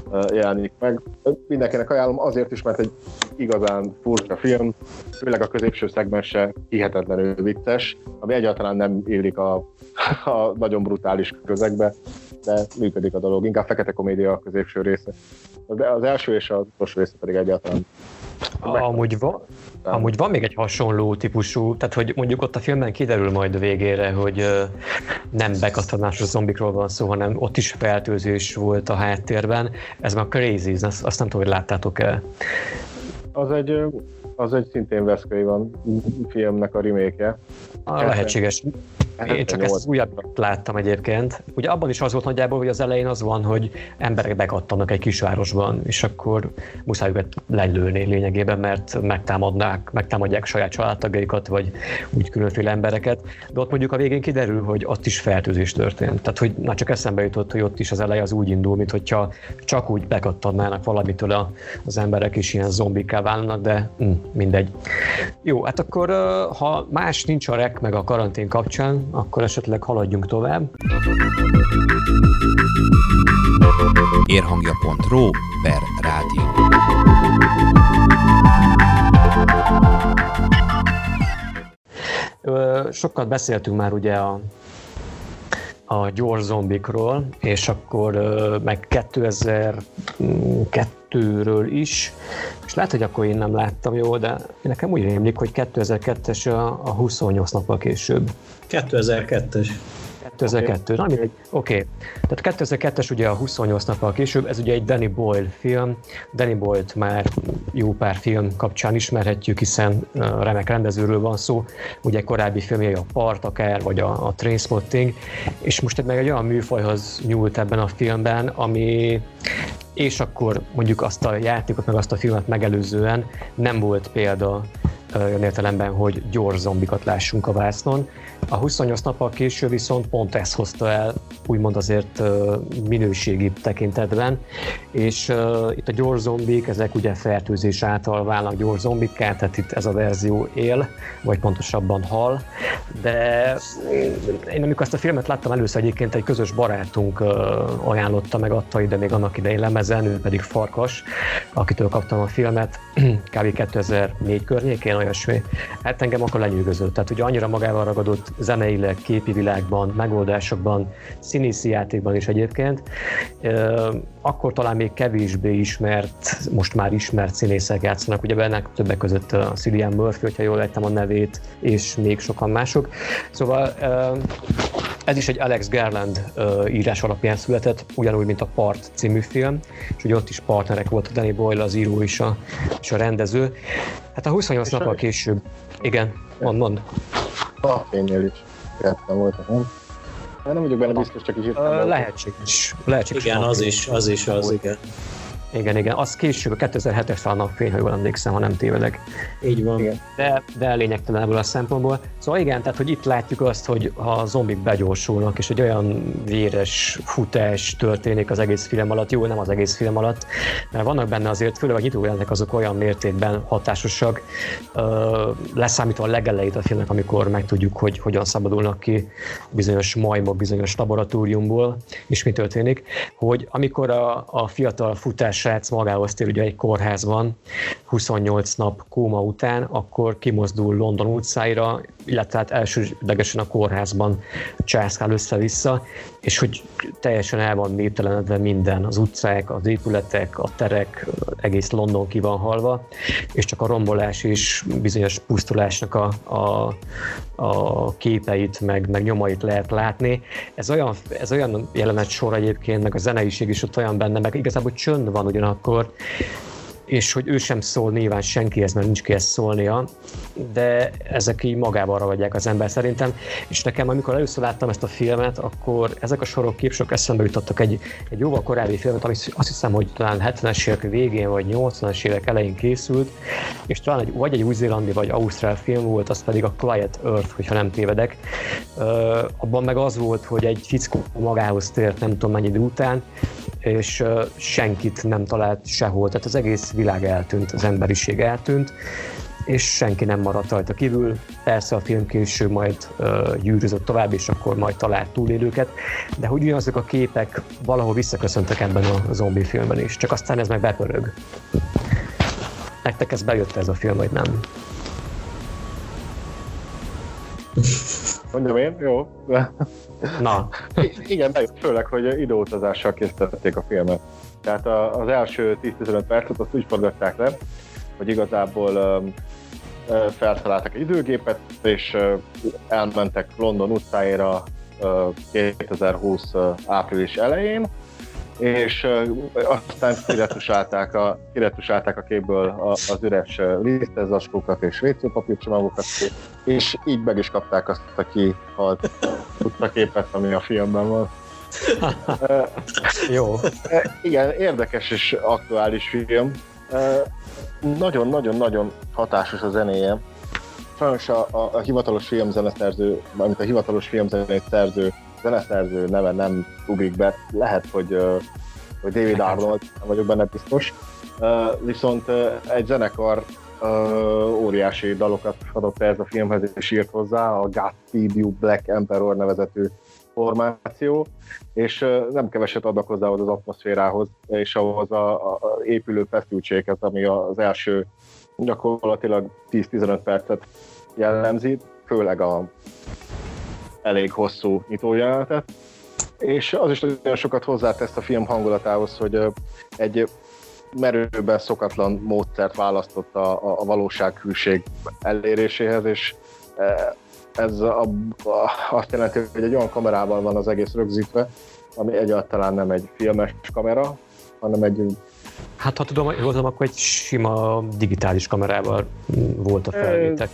jelenik meg. Mindenkinek ajánlom azért is, mert egy igazán furcsa film, főleg a középső szegmense hihetetlenül vicces, ami egyáltalán nem illik a, a nagyon brutális közegbe, de működik a dolog. Inkább fekete komédia a középső része. De az első és az utolsó része pedig egyáltalán. Amúgy van, amúgy van még egy hasonló típusú, tehát hogy mondjuk ott a filmben kiderül majd végére, hogy nem bekasztanásos zombikról van szó, hanem ott is fertőzés volt a háttérben. Ez már Crazy, azt, azt nem tudom, hogy láttátok-e. Az egy, az egy szintén Wes Craven filmnek a remake-je. A lehetséges. Én csak ezt az újabbat láttam egyébként. Ugye abban is az volt nagyjából, hogy az elején az van, hogy emberek bekattannak egy kisvárosban, és akkor muszáj őket lelőni lényegében, mert megtámadnák, megtámadják saját családtagjaikat, vagy úgy különféle embereket. De ott mondjuk a végén kiderül, hogy ott is fertőzés történt. Tehát, hogy már csak eszembe jutott, hogy ott is az eleje az úgy indul, mintha csak úgy bekattannának valamitől a, az emberek is ilyen zombikká válnak, de hm, mindegy. Jó, hát akkor ha más nincs a rek meg a karantén kapcsán, akkor esetleg haladjunk tovább. érhangja pont ro per rádió. Sokat beszéltünk már ugye a, a gyors zombikról, és akkor meg kétezer-kettőről is, és lehet, hogy akkor én nem láttam jól, de nekem úgy rémlik, hogy kétezer-kettes a, a huszonnyolc nappal később. kétezer-kettes. kétezer-kettő, na mindegy, oké. Okay. Tehát kétezer-kettes ugye a huszonnyolc nappal később, ez ugye egy Danny Boyle film. Danny Boyle-t már jó pár film kapcsán ismerhetjük, hiszen remek rendezőről van szó. Ugye korábbi filmjei a Part akár, vagy a, a Trainspotting, és most meg egy olyan műfajhoz nyúlt ebben a filmben, ami és akkor mondjuk azt a játékot, meg azt a filmet megelőzően nem volt példa olyan értelemben, hogy gyors zombikat lássunk a vásznon. A huszonnyolc nappal később viszont pont ezt hozta el, úgymond azért minőségi tekintetben, és uh, itt a gyors zombik, ezek ugye fertőzés által válnak gyors zombikká, tehát itt ez a verzió él, vagy pontosabban hal, de én amikor ezt a filmet láttam először, egyébként egy közös barátunk uh, ajánlotta, meg adta ide még annak idején lemezen, ő pedig Farkas, akitől kaptam a filmet, kb. kétezer-négy környékén, olyasmi. Hát engem akkor lenyűgözött, tehát ugye annyira magával ragadott zeneileg, képi világban, megoldásokban, színészi játékban is egyébként. Akkor talán még kevésbé ismert, most már ismert színészek játszanak, ugye benne többek között a Cillian Murphy, hogyha jól ejtem a nevét, és még sokan mások. Szóval ez is egy Alex Garland írás alapján született, ugyanúgy, mint a Part című film, és ugye ott is partnerek volt, Danny Boyle az író és a, és a rendező. Hát a huszonnyolc nappal később, igen, mond, mond. A fénynél is ketten voltak, nem? Nem vagyok benne biztos, csak is írtam. Lehetséges. Lehetséges. Igen, az is, az is az, igen. Igen, igen, az később, a kétezer-hetes talán napfény, ha jól emlékszem, ha nem tévedek. Így van. Igen. De, de lényegtelen ebből a szempontból. Szóval igen, tehát hogy itt látjuk azt, hogy ha a zombik begyorsulnak, és egy olyan véres futás történik az egész film alatt, jó, nem az egész film alatt, mert vannak benne azért, főleg a nyitójelenetek azok olyan mértékben hatásosak, leszámítva a legelejét a filmnek, amikor megtudjuk, hogy hogyan szabadulnak ki bizonyos majmok, bizonyos laboratóriumból, és mi történik, hogy amikor a, a fiatal futás srác magához tér ugye egy kórházban huszonnyolc nap kóma után, akkor kimozdul London utcáira, illetve hát elsődlegesen a kórházban császkál össze-vissza, és hogy teljesen el van néptelenedve minden, az utcák, az épületek, a terek, egész London ki van halva, és csak a rombolás és bizonyos pusztulásnak a, a, a képeit, meg, meg nyomait lehet látni. Ez olyan, ez olyan jelenet sor egyébként, meg a zeneiség is ott olyan benne, meg igazából csönd van ugyanakkor, és hogy ő sem szól nyilván senkihez, mert nincs kihez szólnia, de ezek így magával ragadják az ember szerintem, és nekem amikor először láttam ezt a filmet, akkor ezek a sorok, képsorok eszembe jutottak egy, egy jóval korábbi filmet, ami azt hiszem, hogy talán hetvenes évek végén, vagy nyolcvanas évek elején készült, és talán egy, vagy egy új-zélandi, vagy ausztrál film volt, az pedig a Quiet Earth, hogyha nem tévedek. Uh, abban meg az volt, hogy egy fickó magához tért nem tudom mennyi idő után, és uh, senkit nem talált sehol, tehát az egész világ eltűnt, az emberiség eltűnt, és senki nem maradt rajta kívül. Persze a film később majd uh, gyűrűzött tovább, és akkor majd talált túlélőket, de hogy ugyanazok a képek valahol visszaköszöntek ebben a zombi filmben is, csak aztán ez meg bepörög. Nektek ez bejött ez a film, vagy nem? Mondjam én? Jó. Na. I- igen, bejött, főleg, hogy időutazással készítették a filmet. Tehát a, az első tíz-tizenöt percet azt úgy forgatták le, hogy igazából um, feltaláltak egy időgépet, és uh, elmentek London utcáira uh, kétezer-húsz uh, április elején, és uh, aztán kiretusálták a, kiretusálták a képből a, az üres uh, lisztezzacskókat és vécőpapírcsomagokat, és így meg is kapták azt a kihalt utcaképet, ami a filmben van. uh, Jó. Uh, igen, érdekes és aktuális film. Uh, Nagyon-nagyon-nagyon hatásos a zenéje. Sajnos a, a, a hivatalos filmzeneszerző, mármint a hivatalos filmzenét szerző zeneszerző neve nem ugrik be. Lehet, hogy, uh, hogy David Arnold, nem vagyok benne biztos. Uh, viszont uh, egy zenekar uh, óriási dalokat adott ez a filmhez, és írt hozzá, a Godspeed You Black Emperor nevezetű formáció, és uh, nem keveset adnak hozzá az atmoszférához, és ahhoz a, a, a épülő feszültséget, ami az első gyakorlatilag tíz-tizenöt percet jellemzi, főleg a elég hosszú nyitójelenetet. És az is nagyon sokat hozzátesz a film hangulatához, hogy uh, egy merőben szokatlan módszert választott a, a, a valósághűség eléréséhez, és uh, ez a, a, azt jelenti, hogy egy olyan kamerával van az egész rögzítve, ami egyáltalán nem egy filmes kamera, hanem egy... Hát ha tudom, jól tudom, akkor egy sima digitális kamerával volt a felvétel.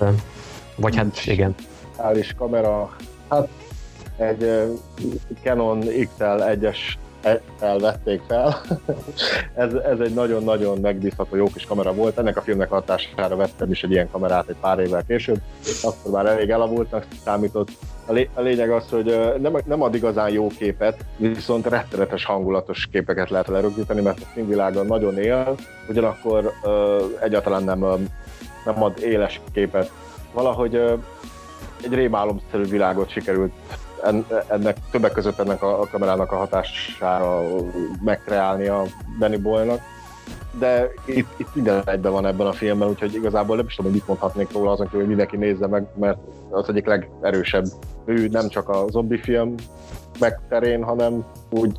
Vagy hát igen. Digitális kamera, hát egy Canon iksz el egyes vették fel. ez, ez egy nagyon-nagyon megbízható, jó kis kamera volt. Ennek a filmnek hatására vettem is egy ilyen kamerát egy pár évvel később. Akkor már elég elavultnak számított. A, lé- a lényeg az, hogy nem, nem ad igazán jó képet, viszont rettenetes hangulatos képeket lehet lerögzíteni, mert a színvilágon nagyon él, ugyanakkor uh, egyáltalán nem, uh, nem ad éles képet. Valahogy uh, egy rémálomszerű világot sikerült ennek, többek között ennek a, a kamerának a hatására megkreálni a Danny Boyle-nak, de itt, itt minden egyben van ebben a filmben, úgyhogy igazából nem is tudom, hogy mit mondhatnék róla, azon kívül, hogy mindenki nézze meg, mert az egyik legerősebb ő nem csak a zombi film megterén, hanem úgy,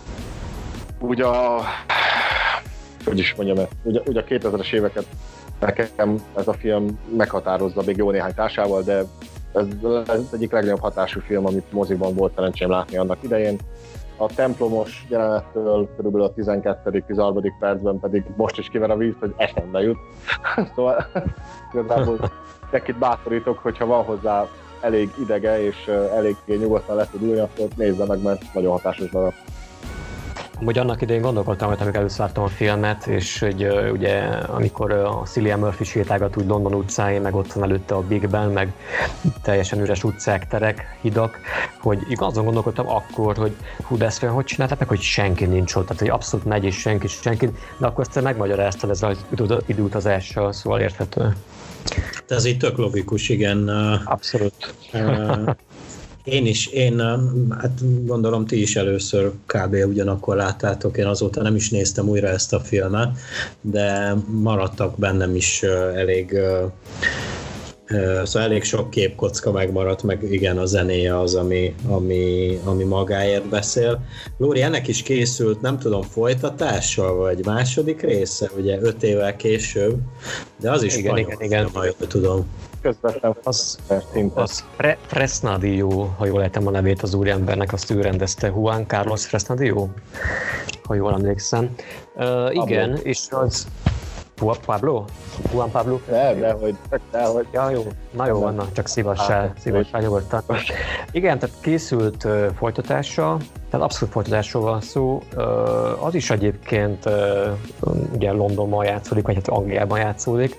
úgy a hogy is mondjam ezt, úgy, úgy a kétezres éveket nekem ez a film meghatározza még jó néhány társával, de ez az egyik legnagyobb hatású film, amit moziban volt szerencsém látni annak idején. A templomos jelenettől körülbelül a tizenkettedik-tizenharmadik percben pedig most is kiver a víz, hogy eszembe jut. Szóval igazából nekit bátorítok, hogyha van hozzá elég idege és elég nyugodtan le tud ülni, akkor nézze meg, mert nagyon hatásos darab. Amúgy annak idején gondolkodtam, hogy amikor először láttam a filmet, és hogy uh, ugye amikor uh, a Cillian Murphy sétálgat úgy London utcáin, meg ott van előtte a Big Ben, meg teljesen üres utcák, terek, hidak, hogy azon gondolkodtam akkor, hogy hú, de ezt olyan hogy csinálták meg, hogy senki nincs ott, tehát hogy abszolút megy és senki, senki, de akkor ezt megmagyaráztad ezzel az időutazással, szóval érthető. Ez így tök logikus, igen. Abszolút. Én is, én hát gondolom ti is először kb. Ugyanakkor láttátok, én azóta nem is néztem újra ezt a filmet, de maradtak bennem is elég, szóval elég sok képkocka megmaradt, meg igen, a zenéje az, ami, ami, ami magáért beszél. Lóri, ennek is készült, nem tudom, folytatása, vagy második része, ugye öt évvel később, de az is igen, igen, igen. ha jól tudom. Közvetlen az, az Fre- Fresnadillo, ha jól ejtem a nevét az úriembernek, azt ő rendezte, Juan Carlos Fresnadillo, ha jól emlékszem. Uh, igen, és az Juan Pablo? Juan Pablo? De, de, hogy, de, hogy... Ja, jó, na jó, van, csak szívassál, szívassál nyugodtan. Igen, tehát készült uh, folytatása, tehát abszolút folytatásról van szó. Uh, az is egyébként uh, ugye Londonban játszódik, vagy hát Angliában játszódik.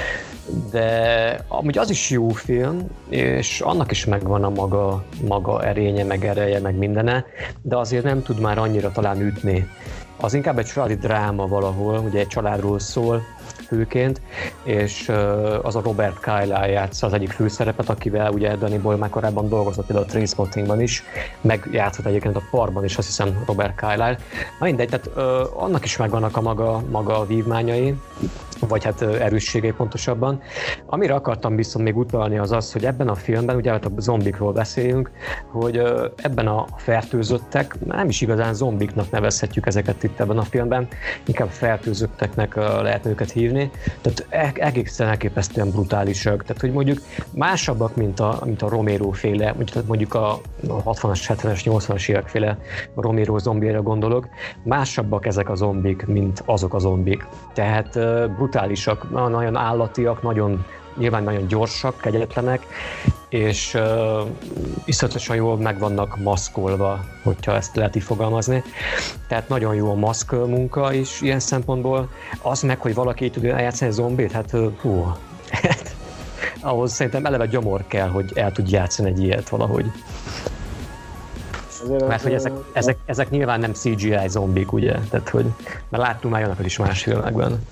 De amúgy az is jó film, és annak is megvan a maga, maga erénye, meg ereje, meg mindene, de azért nem tud már annyira talán ütni. Az inkább egy családi dráma valahol, ugye egy családról szól, főként, és az a Robert Carlyle játsza az egyik főszerepet, akivel ugye Danny Boyle már korábban dolgozott például a Trainspottingban is, meg játszott egyébként a Parkban is, azt hiszem Robert Carlyle. Na mindegy, tehát ö, annak is megvannak a maga, maga vívmányai, vagy hát erősségei pontosabban. Amire akartam viszont még utalni az az, hogy ebben a filmben, ugye hát a zombikról beszélünk, hogy ebben a fertőzöttek, nem is igazán zombiknak nevezhetjük ezeket itt ebben a filmben, inkább fertőzötteknek lehet őket hívni, tehát egészen elképesztően brutálisak, tehát hogy mondjuk másabbak, mint a, mint a Romero féle, mondjuk a hatvanas, hetvenes, nyolcvanas évek féle Romero zombira gondolok, másabbak ezek a zombik, mint azok a zombik. Tehát brutálisak, nagyon állatiak, nagyon, nyilván nagyon gyorsak, kegyetlenek, és uh, iszonyatosan jól meg vannak maszkolva, hogyha ezt lehet így fogalmazni. Tehát nagyon jó a maszk munka is ilyen szempontból. Az meg, hogy valaki így tud eljátszani zombit, hát hú, hát, ahhoz szerintem eleve gyomor kell, hogy el tud játszani egy ilyet valahogy. Mert hogy ezek, ezek, ezek nyilván nem cé gé í zombik, ugye? Tehát, hogy, mert láttunk már olyanokat is más filmekben.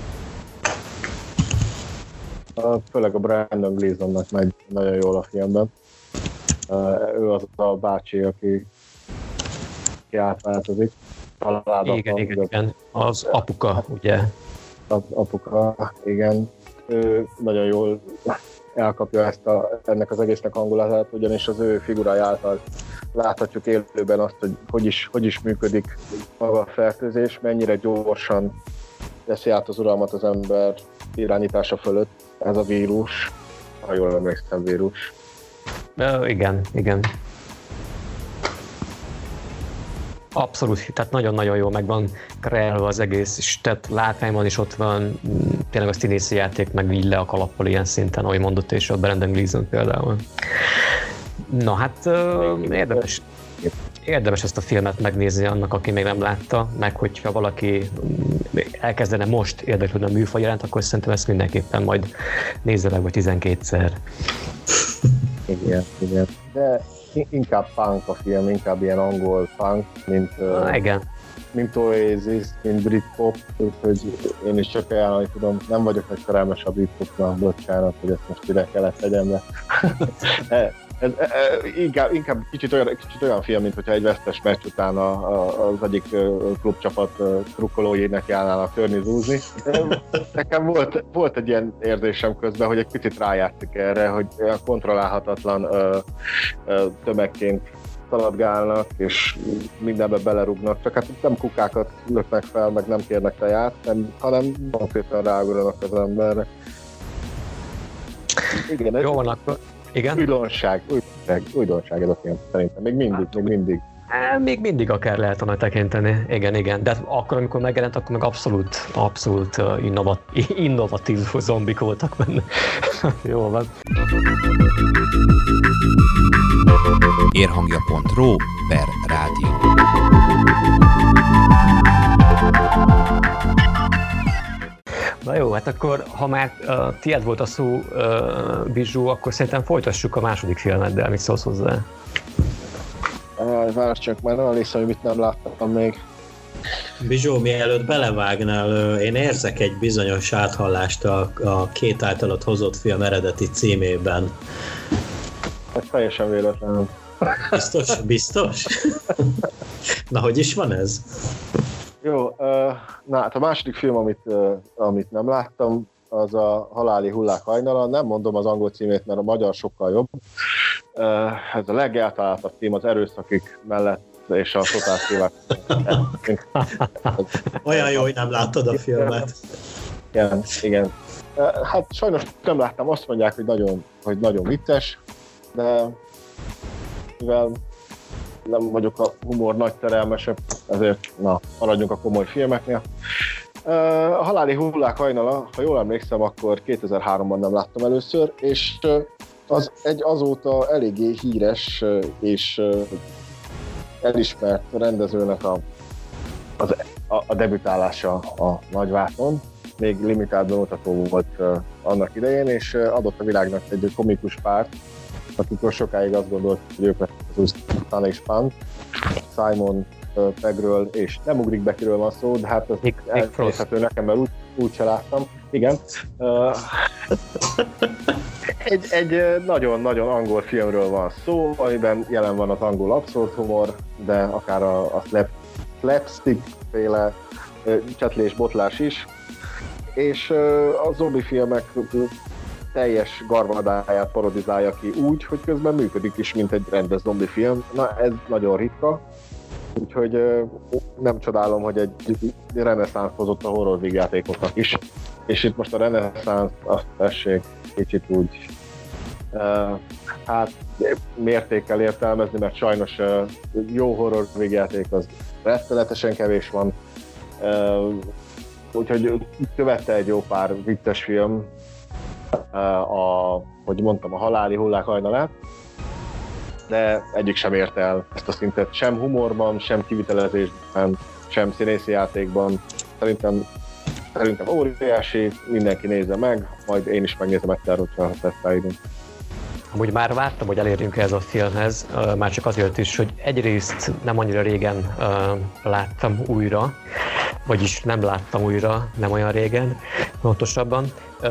Főleg a Brandon Gleesonnak megy nagyon jól a filmben. Ő az a bácsi, aki, aki átváltozik. Igen, igen, igen. Az apuka, ugye? Az apuka, igen. Ő nagyon jól elkapja ezt a, ennek az egésznek hangulatát, ugyanis az ő figurája által láthatjuk élőben azt, hogy hogy is, hogy is működik maga a fertőzés, mennyire gyorsan veszi át az uralmat az ember irányítása fölött. Ez a vírus, ha jól emlékszem, vírus. Uh, igen, igen. Abszolút, tehát nagyon-nagyon jól meg van kreálva az egész, és tehát látványban is ott van tényleg a színészi játék, meg így le a kalappal ilyen szinten, ahogy mondott, és a Brandon Gleeson például. Na hát uh, érdemes, érdemes ezt a filmet megnézni annak, aki még nem látta, meg hogyha valaki elkezdene most érdeklődni a műfaj iránt, akkor szerintem ezt mindenképpen majd nézze meg, vagy tizenkétszer. Igen, igen. De inkább punk a film, inkább ilyen angol punk, mint, ah, igen. mint Oasis, mint Britpop, úgyhogy én is csak ajánlani tudom. Nem vagyok egy szerelmes a Britpopnak, bocsánat, hogy ezt most ide kellett tegyem, de ez, ez, inkább, inkább kicsit, olyan, kicsit olyan film, mint hogyha egy vesztes meccs után a, a, az egyik klubcsapat drukkolói neki állnának törni, zúzni. Nekem volt, volt egy ilyen érzésem közben, hogy egy picit rájátszik erre, hogy kontrollálhatatlan ö, ö, tömegként szaladgálnak, és mindenbe belerúgnak, csak hát nem kukákat löknek fel, meg nem kérnek teját, nem, hanem konkrétan rágulnak az emberre. Igen, jó van, akkor igen? Újdonság, újdonság, újdonság ez a film szerintem, még mindig, még mindig. Még mindig akár lehet volna tekinteni, igen, igen, de akkor, amikor megjelent, akkor meg abszolút, abszolút innovatív, innovatív zombik voltak benne. Jó van. érhangja pont ro per rádió. Na jó, hát akkor, ha már uh, tiéd volt a szó, uh, Bizsó, akkor szerintem folytassuk a második filmeddel, mit szólsz hozzá? Várj csak, már nem elég hogy mit nem láttam még. Bizsó, mielőtt belevágnál, én érzek egy bizonyos áthallást a, a két általad hozott film eredeti címében. Ez teljesen véletlenül. Biztos? Biztos? Na, hogy is van ez? Jó, na hát a második film, amit, amit nem láttam, az a Haláli hullák hajnala. Nem mondom az angol címét, mert a magyar sokkal jobb. Ez a legeltaláltabb cím az Erőszakik mellett és a Totál Szívák. Olyan jó, hogy nem láttad a filmet. Igen, igen. Hát sajnos nem láttam, azt mondják, hogy nagyon, hogy nagyon vicces, de mivel nem vagyok a humor nagy szerelmese, ezért na, maradjunk a komoly filmeknél. A Haláli hullák hajnala, ha jól emlékszem, akkor kétezer-háromban nem láttam először, és az egy azóta eléggé híres és elismert rendezőnek a, az, a, a debütálása a Nagyvászon. Még limitált bemutató volt annak idején, és adott a világnak egy komikus párt, akikor sokáig azt gondolt, hogy ők az Stan és Pan, Simon Peggről, és nem ugrik be, kiről van szó, de hát ez elkészíthető nekem, mert úgy, úgyse láttam. Igen. Uh, egy, egy nagyon-nagyon angol filmről van szó, amiben jelen van az angol abszurd humor, de akár a, a slap, slapstick-féle uh, csetlés-botlás is. És uh, a zombi filmek teljes garmadáját parodizálja ki úgy, hogy közben működik is, mint egy rendes zombi film. Na, ez nagyon ritka. Úgyhogy uh, nem csodálom, hogy egy reneszánsz hozott a horror vígjátékoknak is. És itt most a reneszánsz, azt tessék kicsit úgy uh, hát mértékkel értelmezni, mert sajnos uh, jó horror vígjáték az rettenetesen kevés van. Uh, úgyhogy követte egy jó pár vicces film, uh, a, hogy mondtam, a Haláli hullák hajnalát, de egyik sem érte el ezt a szintet, sem humorban, sem kivitelezésben, sem színészi játékban. Szerintem, szerintem óriási, mindenki nézze meg, majd én is megnézem egyszer, hogyha teszteljünk. Amúgy már vártam, hogy elérjünk ez a filmhez, már csak azért is, hogy egyrészt nem annyira régen uh, láttam újra, vagyis nem láttam újra, nem olyan régen, pontosabban. Uh,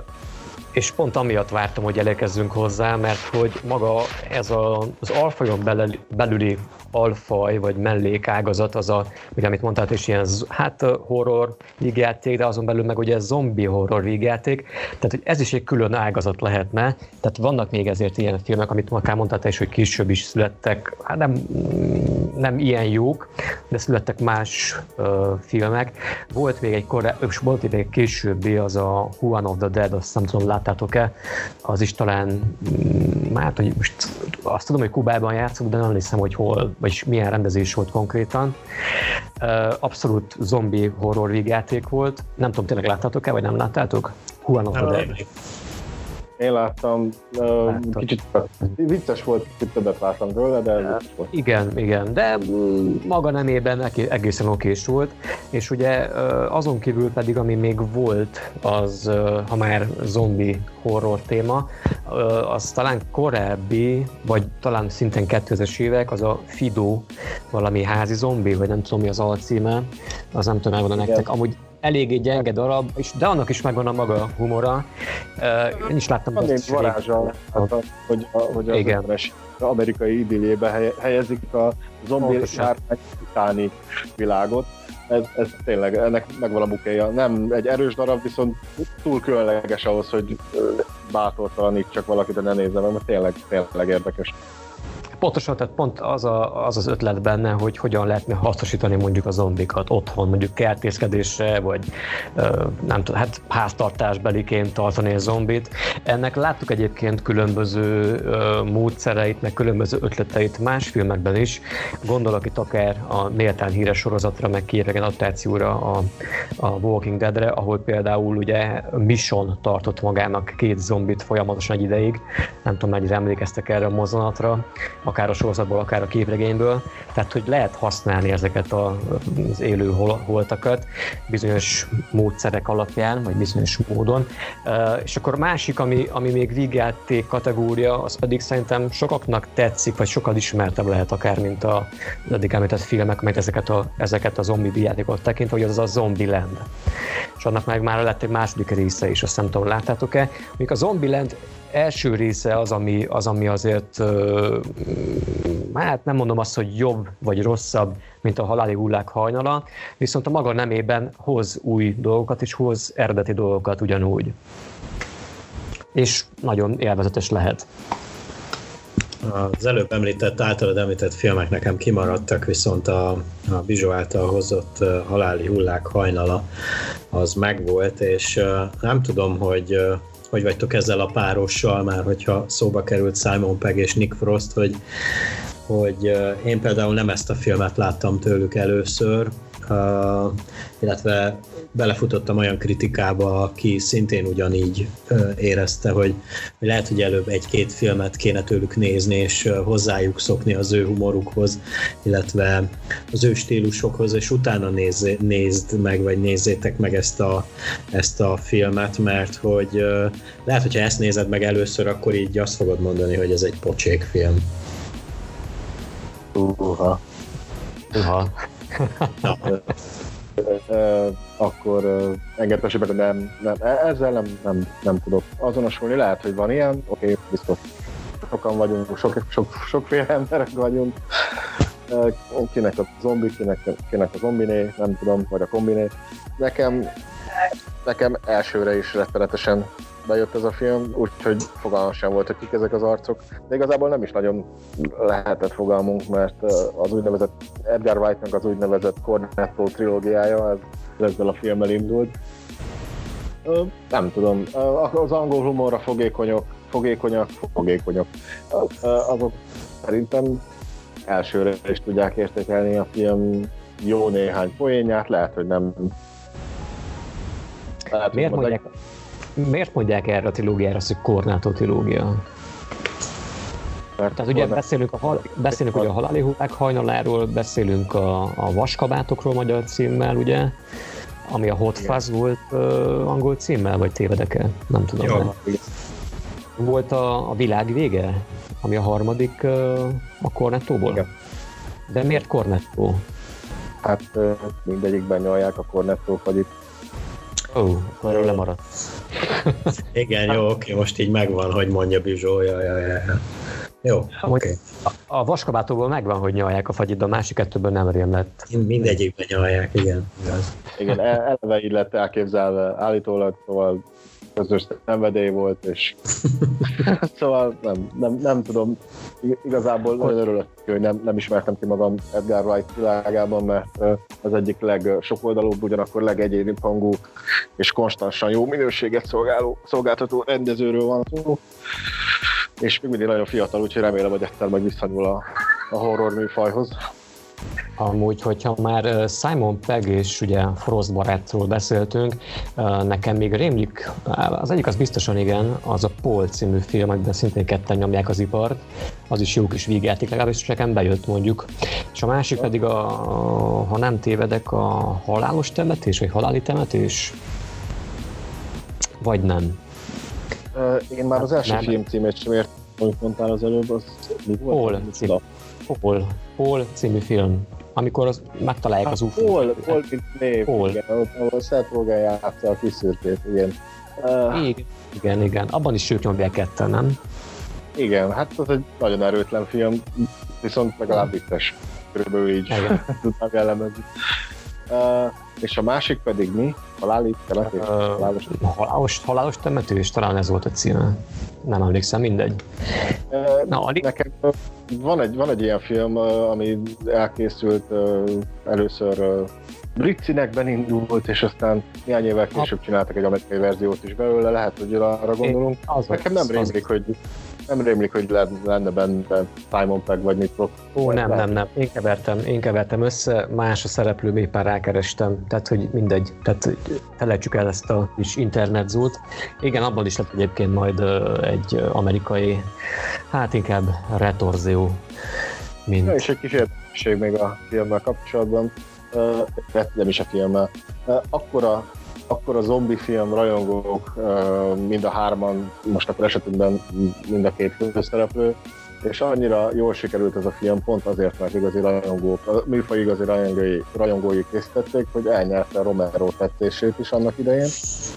és pont amiatt vártam, hogy elérkezzünk hozzá, mert hogy maga ez a, az alfajon belüli, belüli alfaj, vagy mellékágazat, az a, ugye, amit mondtál, és ilyen hát horror vígjáték, de azon belül meg ugye zombi horror vígjáték, tehát hogy ez is egy külön ágazat lehetne, tehát vannak még ezért ilyen filmek, amit akár mondtál is, hogy később is születtek, hát nem, nem ilyen jók, de születtek más uh, filmek. Volt még egy korá- és volt még egy későbbi, az a One of the Dead, azt nem tudom, láttátok-e, az is talán, hát, hogy most azt tudom, hogy Kubában játszunk, de nem hiszem, hogy hol, vagyis milyen rendezés volt konkrétan. Abszolút zombi horror vígjáték volt. Nem tudom, tényleg láttátok-e, vagy nem láttátok? One of the Dead. Én láttam, Láttad. Kicsit vicces volt, kicsit többet láttam tőle, de vicces volt. Igen, igen, de maga nemében egészen okés volt, és ugye azon kívül pedig, ami még volt, az, ha már zombi horror téma, az talán korábbi, vagy talán szintén kétezres évek, az a Fido, valami házi zombi, vagy nem tudom mi az alcíme, az nem tudom elmondani nektek. Amúgy eléggé gyenge darab, és de annak is megvan a maga humora. Uh, én is láttam van egy varázsa, hát, hogy, hogy az ötvenes amerikai idillébe helyezik a zombi járvány utáni világot. Ez, ez tényleg, ennek megvan a bukéja. Nem egy erős darab, viszont túl különleges ahhoz, hogy bátortalanítsak valakit, de ne nézze meg, mert tényleg, tényleg érdekes. Pontosan, tehát pont az, a, az az ötlet benne, hogy hogyan lehetne hasznosítani mondjuk a zombikat otthon, mondjuk kertészkedésre, vagy nem tudom, hát háztartásbeliként tartani a zombit. Ennek láttuk egyébként különböző módszereit, meg különböző ötleteit más filmekben is. Gondolok itt akár a méltán híres sorozatra, meg képregény adaptációra, a, a Walking Deadre, ahol például ugye Mission tartott magának két zombit folyamatosan egy ideig. Nem tudom, mennyire emlékeztek erre a mozzanatra, akár a sorozatból, akár a képregényből, tehát hogy lehet használni ezeket az élő holtakat bizonyos módszerek alapján, vagy bizonyos módon. És akkor másik, ami, ami még vígjáték kategória, az pedig szerintem sokaknak tetszik, vagy sokkal ismertebb lehet akár, mint az eddig említett filmek, amelyek ezeket a, ezeket a zombi vígjátékokat tekintve, hogy az a Zombieland. És annak meg már lett egy második része is, azt nem tudom, láttátok-e. Mondjuk a Zombieland első része az, ami, az, ami azért, hát nem mondom azt, hogy jobb vagy rosszabb, mint a Haláli hullák hajnala, viszont a maga nemében hoz új dolgokat, és hoz eredeti dolgokat ugyanúgy. És nagyon élvezetes lehet. Az előbb említett, általad említett filmek nekem kimaradtak, viszont a, a Bizsó által hozott Haláli hullák hajnala az megvolt, és nem tudom, hogy hogy vagytok ezzel a párossal, már hogyha szóba került Simon Pegg és Nick Frost, hogy, hogy én például nem ezt a filmet láttam tőlük először, uh, illetve belefutottam olyan kritikába, aki szintén ugyanígy uh, érezte, hogy, hogy lehet, hogy előbb egy-két filmet kéne tőlük nézni, és uh, hozzájuk szokni az ő humorukhoz, illetve az ő stílusokhoz, és utána nézz, nézd meg, vagy nézzétek meg ezt a, ezt a filmet, mert hogy uh, lehet, hogyha ezt nézed meg először, akkor így azt fogod mondani, hogy ez egy pocsék film. Uha. Uha. Na, akkor engedtessék meg, hogy nem, nem, ezzel nem, nem, nem tudok azonosulni. Lehet, hogy van ilyen, oké, okay, biztos sokan vagyunk, sok, sok, sokféle emberek vagyunk. Kinek a zombi, kinek, kinek a zombiné, nem tudom, vagy a kombiné. Nekem, nekem elsőre is rettenetesen bejött ez a film, úgyhogy fogalmam sem volt, hogy kik ezek az arcok. De igazából nem is nagyon lehetett fogalmunk, mert az úgynevezett Edgar Wright-nak az úgynevezett Cornetto trilógiája, ez ezzel a filmmel indult. Nem tudom, az angol humorra fogékonyok, fogékonyak, fogékonyok. Azok szerintem elsőre is tudják értékelni a film jó néhány poénját, lehet, hogy nem. Lehet, miért, hogy mondják, miért mondják erre a trilógiára azt, hogy Cornetto trilógia? Mert Tehát ugye beszélünk, a, hal, beszélünk ugye a Haláli hullák hajnaláról, beszélünk a, a Vaskabátokról magyar címmel, ugye? Ami a Hot Fuzz volt uh, angol címmel, vagy tévedek-e? Nem tudom. Jó, volt a, a Világ vége, ami a harmadik uh, a Cornettóból? Igen. De miért Cornetto? Hát uh, mindegyikben nyalják a Cornetto fagyit. Ó, oh, akkor erről lemaradt. Igen, jó, oké, most így megvan, hogy mondja Bizsó, jaj, jaj, jaj. Jó, oké. Okay. A, a Vaskabátóból megvan, hogy nyalják a fagyit, de a másik kettőből nem rém lett. Mindegyikben nyalják, igen. Igen, eleve így lett elképzelve állítólag, szóval közös szenvedély volt, és szóval nem, nem, nem tudom, igazából nagyon örülök, hogy nem, nem ismertem ki magam Edgar Wright világában, mert az egyik legsokoldalúbb, ugyanakkor legegyénibb hangú és konstansan jó minőséget szolgáló, szolgáltató rendezőről van szó, és még mindig nagyon fiatal, úgyhogy remélem, hogy egyszer majd visszanyúl a, a horror műfajhoz. Amúgy, hogyha már Simon Pegg és ugye Frost barátról beszéltünk, nekem még rémlik, az egyik az biztosan igen, az a Paul című film, amiben szintén ketten nyomják az ipart, az is jó kis vígjáték, legalábbis nekem bejött mondjuk. És a másik pedig, a, ha nem tévedek, a Halálos temetés, vagy Haláli temetés? Vagy nem? Én már az első nem. film címét sem értem, amit mondtál az előbb, az mi volt? Paul című, Paul, Paul című film, amikor az, megtalálják az ufót. Paul, Paul mint név, Paul. Igen, ahol Seth Rogen játsza a kis szürkét, igen. Uh, igen. Igen, igen, abban is ők nyomják ketten, nem? Igen, hát az egy nagyon erőtlen film, viszont legalább vicces, körülbelül így tudnám jellemezni. Uh, és a másik pedig mi? Haláli temetés? Uh, halálos. halálos, halálos temetés? Talán ez volt a címe. Nem emlékszem, mindegy. Uh, Na, nekem van egy, van egy ilyen film, uh, ami elkészült uh, először uh, brit színekben indult, és aztán néhány évvel később csináltak egy amerikai verziót is belőle, lehet, hogy arra gondolunk. Az nekem nem rémlik, hogy Nem rémlik, hogy lenne benne Simon Pegg vagy Nick Frost. Ó, nem, nem, nem. Én kevertem, én kevertem össze, más a szereplő, éppen rákerestem. Tehát, hogy mindegy. Tehát felejtsük el ezt a kis internetzót. Igen, abban is lett egyébként majd egy amerikai, hát inkább retorzió. Mint... Ja, és egy kis érdekesség még a filmmel kapcsolatban. Uh, nem is a filmmel. Uh, akkora akkor a zombi film rajongók, mind a hárman, most akkor esetünkben mind a két főszereplő, és annyira jól sikerült ez a film, pont azért, mert igazi rajongók, a műfaj igazi rajongói, rajongói készítették, hogy elnyerte Romero tetszését is annak idején.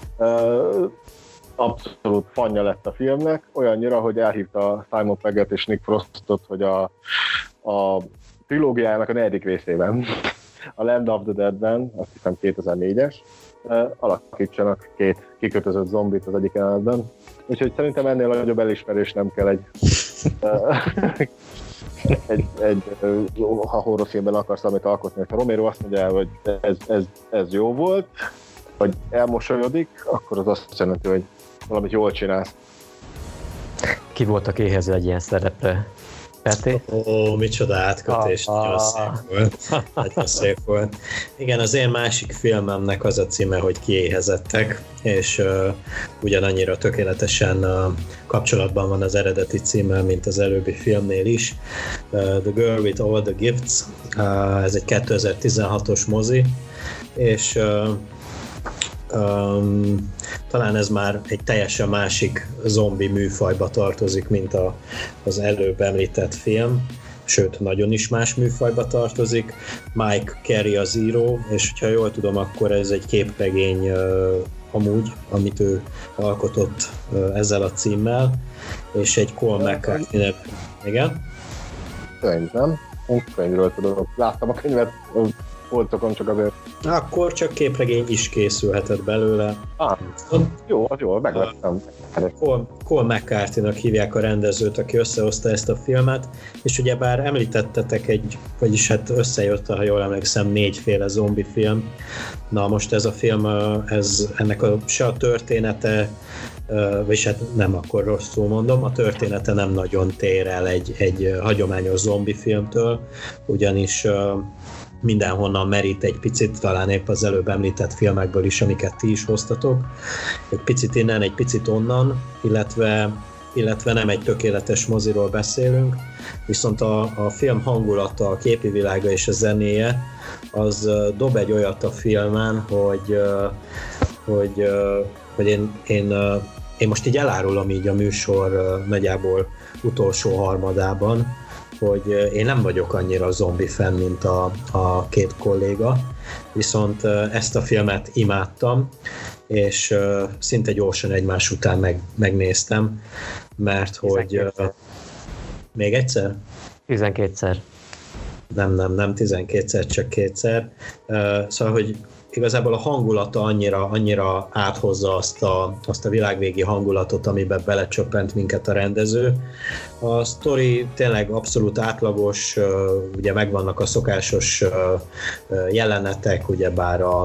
Abszolút fanja lett a filmnek, olyannyira, hogy elhívta Simon Pegget és Nick Frostot, hogy a, a trilógiájának a negyedik részében, a Land of the Dead-ben, azt hiszem kétezer-négyes, alakítsanak két kikötözött zombit az egyik jelenetben. Úgyhogy szerintem ennél nagyobb elismerés nem kell egy, egy, egy ha horrorfilmben akarsz valamit alkotni. Ha Romero azt mondja, hogy ez, ez, ez jó volt, vagy elmosolyodik, akkor az azt jelenti, hogy valamit jól csinálsz. Ki voltak éhező egy ilyen szerepre? Peti? Ó, micsoda átkötés, ah, nagyon ah. szép volt. Nagyon szép volt. Igen, az én másik filmemnek az a címe, hogy Kiéhezettek, és uh, ugyanannyira tökéletesen uh, kapcsolatban van az eredeti címmel, mint az előbbi filmnél is. Uh, The Girl with All the Gifts, uh, ez egy kétezer-tizenhatos mozi, és uh, Um, talán ez már egy teljesen másik zombi műfajba tartozik, mint a, az előbb említett film. sőt, nagyon is más műfajba tartozik. Mike Carey az író, és ha jól tudom, akkor ez egy képregény amúgy, amit ő alkotott ezzel a címmel, és egy Cole McCarthy-nek. Igen? Könyv, nem? Én könyvről tudok. Láttam a könyvet polcokon, csak azért. Akkor csak képregény is készülhetett belőle. Ah, jó, az jól, megvettem. Cole, Cole McCarthy-nak hívják a rendezőt, aki összehozta ezt a filmet, és ugyebár említettetek egy, vagyis hát összejött, ha jól emlékszem, négyféle zombi film. Na most ez a film, ez, ennek a, se a története, vagyis hát nem, akkor rosszul mondom, a története nem nagyon tér el egy, egy hagyományos zombi filmtől, ugyanis mindenhonnan merít egy picit, talán épp az előbb említett filmekből is, amiket ti is hoztatok. Egy picit innen, egy picit onnan, illetve, illetve nem egy tökéletes moziról beszélünk, viszont a, a film hangulata, a képi világa és a zenéje, az dob egy olyat a filmen, hogy, hogy, hogy én, én, én most így elárulom így a műsor nagyjából utolsó harmadában, hogy én nem vagyok annyira zombi fan, mint a, a két kolléga, viszont ezt a filmet imádtam, és szinte gyorsan egymás után meg, megnéztem, mert hogy... Még egyszer? tizenkétszer. Nem, nem, nem tizenkétszer, csak kétszer. Szóval, hogy igazából a hangulata annyira, annyira áthozza azt a, azt a világvégi hangulatot, amiben belecsöppent minket a rendező. A sztori tényleg abszolút átlagos, ugye megvannak a szokásos jelenetek, ugyebár a,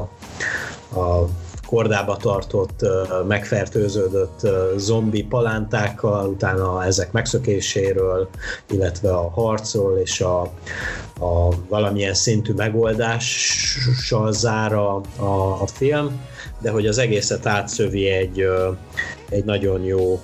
a kordába tartott, megfertőződött zombi palántákkal, utána ezek megszökéséről, illetve a harcról és a, a valamilyen szintű megoldással zár a, a, a film, de hogy az egészet átszövi egy, egy nagyon jó...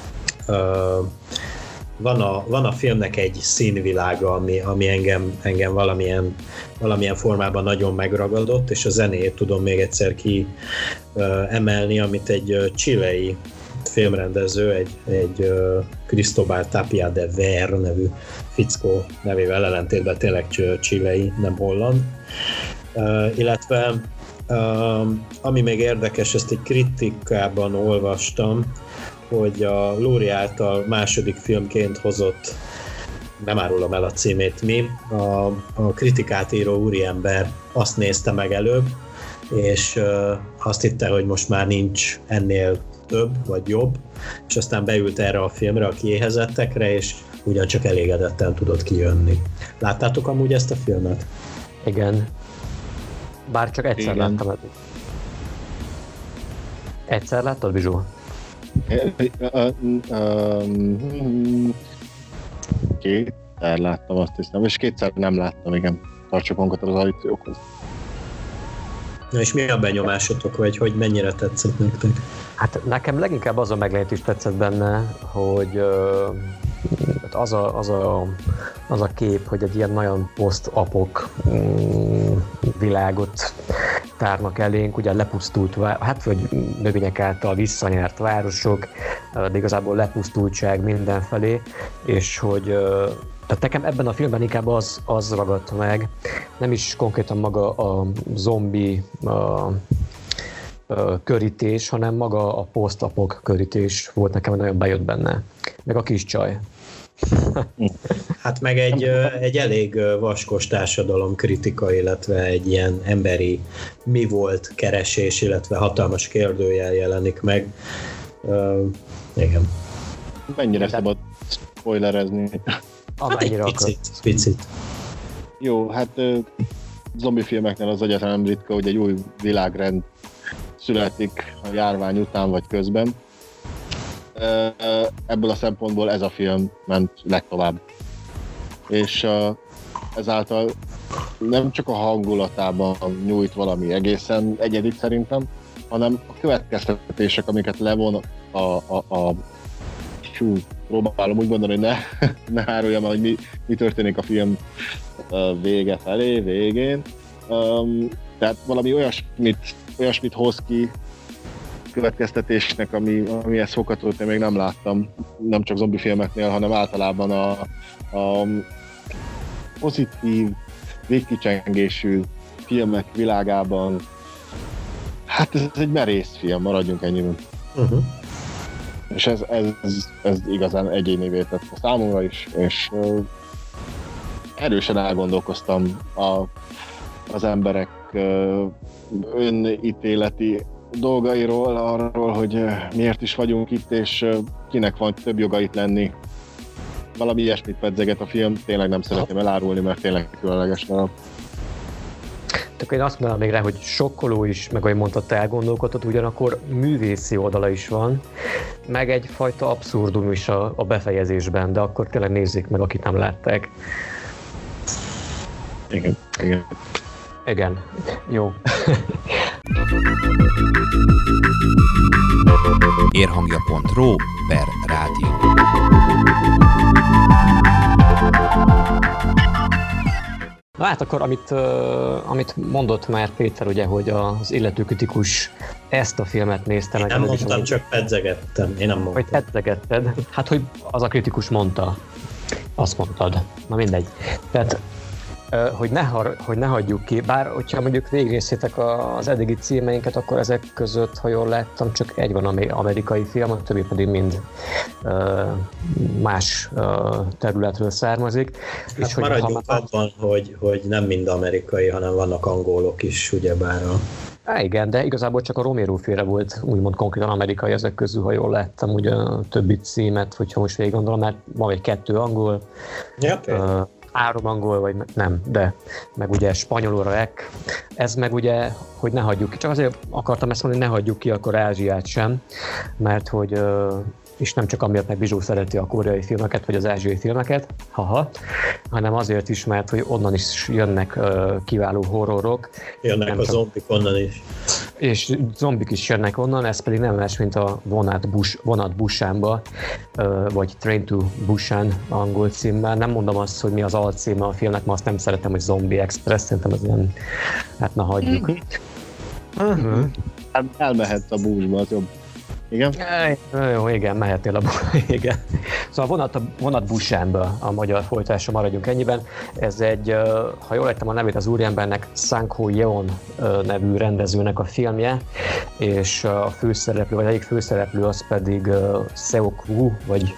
Van a, van a filmnek egy színvilága, ami, ami engem, engem valamilyen, valamilyen formában nagyon megragadott, és a zenét tudom még egyszer ki uh, emelni, amit egy uh, chilei filmrendező, egy, egy uh, Cristobal Tapia de Ver nevű fickó nevével ellentétben tényleg chilei, nem holland. Uh, illetve uh, ami még érdekes, ezt egy kritikában olvastam, hogy a Lóri által második filmként hozott, nem árulom el a címét mi, a, a kritikát író úriember azt nézte meg előbb, és uh, azt hitte, hogy most már nincs ennél több vagy jobb, és aztán beült erre a filmre, a kiéhezettekre, és ugyancsak elégedetten tudott kijönni. Láttátok amúgy ezt a filmet? Igen. Bár csak egyszer Igen. láttam eddig. Egyszer láttad, Bizsó? Kétszer láttam, azt hiszem, és kétszer nem láttam, igen. Tartsuk magunkat az audíciókhoz. Na és mi a benyomásotok, vagy hogy mennyire tetszett nektek? Hát nekem leginkább az a meglehetés tetszett benne, hogy az a, az a, az a kép, hogy egy ilyen nagyon post-apok világot tárnak elénk, ugye lepusztult, hát vagy növények által visszanyert városok, de igazából lepusztultság mindenfelé, és hogy tehát nekem ebben a filmben inkább az, az ragadt meg, nem is konkrétan maga a zombi a, a körítés, hanem maga a post-apok körítés volt nekem, nagyon bejött benne, meg a kis csaj. Hát meg egy, egy elég vaskos társadalom kritika, illetve egy ilyen emberi mi volt keresés, illetve hatalmas kérdőjel jelenik meg. Uh, igen. Mennyire szabad spoilerezni? Hát egy picit, picit. Jó, hát zombi filmeknél az egyáltalán nem ritka, hogy egy új világrend születik a járvány után vagy közben. Ebből a szempontból ez a film ment legtovább. És ezáltal nem csak a hangulatában nyújt valami egészen egyedit szerintem, hanem a következtetések, amiket levon a, a, a hú, próbálom úgy mondani, hogy ne, ne áruljam el, hogy mi, mi történik a film vége felé, végén. Um, tehát valami olyasmit, olyasmit hoz ki következtetésnek, ami, amihez foghatót én még nem láttam, nem csak zombi filmeknél, hanem általában a, a pozitív, végkicsengésű filmek világában, hát ez egy merész film, maradjunk ennyiben. Uh-huh. És ez, ez, ez igazán egyénivé tette számomra is, és uh, erősen elgondolkoztam a, az emberek uh, önítéleti dolgairól, arról, hogy uh, miért is vagyunk itt, és uh, kinek van több joga itt lenni. Valami ilyesmit pedzeget a film, tényleg nem szeretném elárulni, mert tényleg különleges darab. Akkor én azt mondanám még rá, hogy sokkoló is, meg ahogy mondtad, te elgondolkodtad, ugyanakkor művészi oldala is van, meg egyfajta abszurdum is a, a befejezésben, de akkor tényleg nézzék meg, akik nem látták. Igen, igen. Igen, jó. érhangja.ro per rádió. Na hát akkor, amit, uh, amit mondott már Péter, ugye, hogy az illető kritikus ezt a filmet nézte meg. Nem mondtam, is, csak pedzegettem. Én nem mondtam. Hogy pedzegetted? Hát, hogy az a kritikus mondta. Azt mondtad. Na mindegy. Tehát, uh, hogy, ne har, hogy ne hagyjuk ki, bár hogyha mondjuk végignéztétek az eddigi címeinket, akkor ezek között, ha jól láttam, csak egy van amerikai film, a többi pedig mind uh, más uh, területről származik. Hát és maradjunk hogy, abban, hogy, hogy nem mind amerikai, hanem vannak angolok is, ugyebár a... Há, igen, de igazából csak a Romero féle volt úgymond konkrétan amerikai ezek közül, ha jól láttam, ugye a többi címet, hogyha most végig gondolom, mert van egy kettő angol, ja, uh, három angol, vagy nem, de meg ugye spanyolra ek. Ez meg ugye, hogy ne hagyjuk ki, csak azért akartam ezt mondani, hogy ne hagyjuk ki akkor Ázsiát sem, mert hogy uh, és nem csak amiatt, meg Bizsó szereti a koreai filmeket, vagy az ázsiai filmeket, haha, hanem azért is, mert hogy onnan is jönnek uh, kiváló horrorok. Jönnek nem a csak... zombik onnan is. És zombik is jönnek onnan, ez pedig nem más, mint a Vonat, Bus, Vonat Busanba, uh, vagy Train to Busan angol címmel. Nem mondom azt, hogy mi az alcíme a filmnek, mert azt nem szeretem, hogy Zombie Express, szerintem az ilyen, hát na hagyjuk. Uh-huh. Elmehetsz a búzsba, az jobb. Igen? Jó, igen, mehetnél a igen. Szóval vonat, a vonat Busanba a magyar folytása, maradjunk ennyiben. Ez egy, ha jól értem a nevét az úriembernek, Sang Ho-yeon nevű rendezőnek a filmje, és a főszereplő, vagy egyik főszereplő az pedig Seok-woo, vagy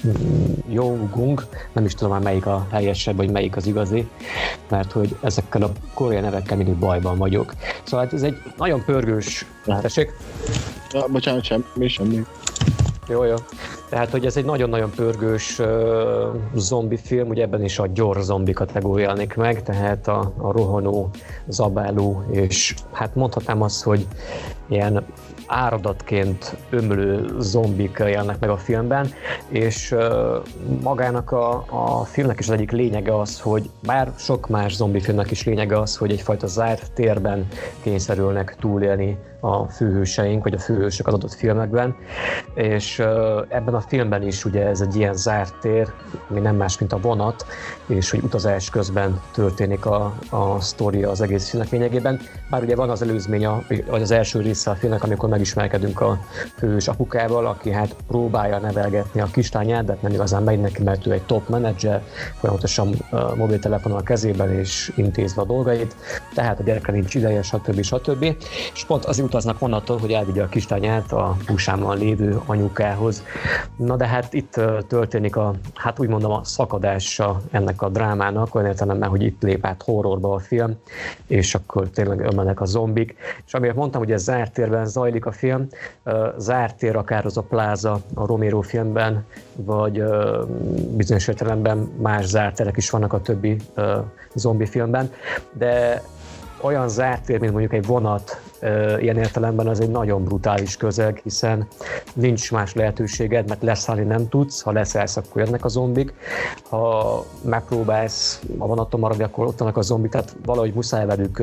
Yo-gung, nem is tudom már melyik a helyesebb, vagy melyik az igazi, mert hogy ezekkel a koreai nevekkel mindig bajban vagyok. Szóval ez egy nagyon pörgős... Tessék? Ja, bocsánat, semmi, semmi. Jó, jó. Tehát, hogy ez egy nagyon-nagyon pörgős uh, zombi film, ugye ebben is a gyors zombi kategóriálnék meg, tehát a, a rohanó, zabáló, és hát mondhatnám azt, hogy ilyen áradatként ömlő zombik jelennek meg a filmben, és uh, magának a, a filmnek is az egyik lényege az, hogy bár sok más zombi filmnek is lényege az, hogy egyfajta zárt térben kényszerülnek túlélni a főhőseink, vagy a főhősök az adott filmekben, és uh, ebben a filmben is ugye ez egy ilyen zárt tér, ami nem más, mint a vonat, és hogy utazás közben történik a, a sztoria az egész filmnek lényegében. Bár ugye van az előzmény, vagy az első része a filmnek, amikor megismerkedünk a főhős apukával, aki hát próbálja nevelgetni a kislányát, de nem igazán megy neki, mert ő egy top menedzser, folyamatosan uh, mobiltelefonnal a kezében és intézve a dolgait, tehát a gyerekre nincs ideje, stb. stb. És pont azért utaznak vonattól, hogy elvigye a kislányát a Busanban lévő anyukához. Na de hát itt uh, történik a, hát úgy mondom, a szakadása ennek a drámának, olyan értelemben, hogy itt lép át horrorba a film, és akkor tényleg ömlenek a zombik. És amiért mondtam, hogy ez zárt térben zajlik a film, uh, zárt tér akár az a pláza a Romero filmben, vagy uh, bizonyos értelemben más zárt terek is vannak a többi uh, zombi filmben, de olyan zárt tér, mint mondjuk egy vonat, ilyen értelemben az egy nagyon brutális közeg, hiszen nincs más lehetőséged, mert leszállni nem tudsz, ha leszállsz, akkor jönnek a zombik, ha megpróbálsz a vonaton maradni, akkor ott vannak a zombik, tehát valahogy muszáj velük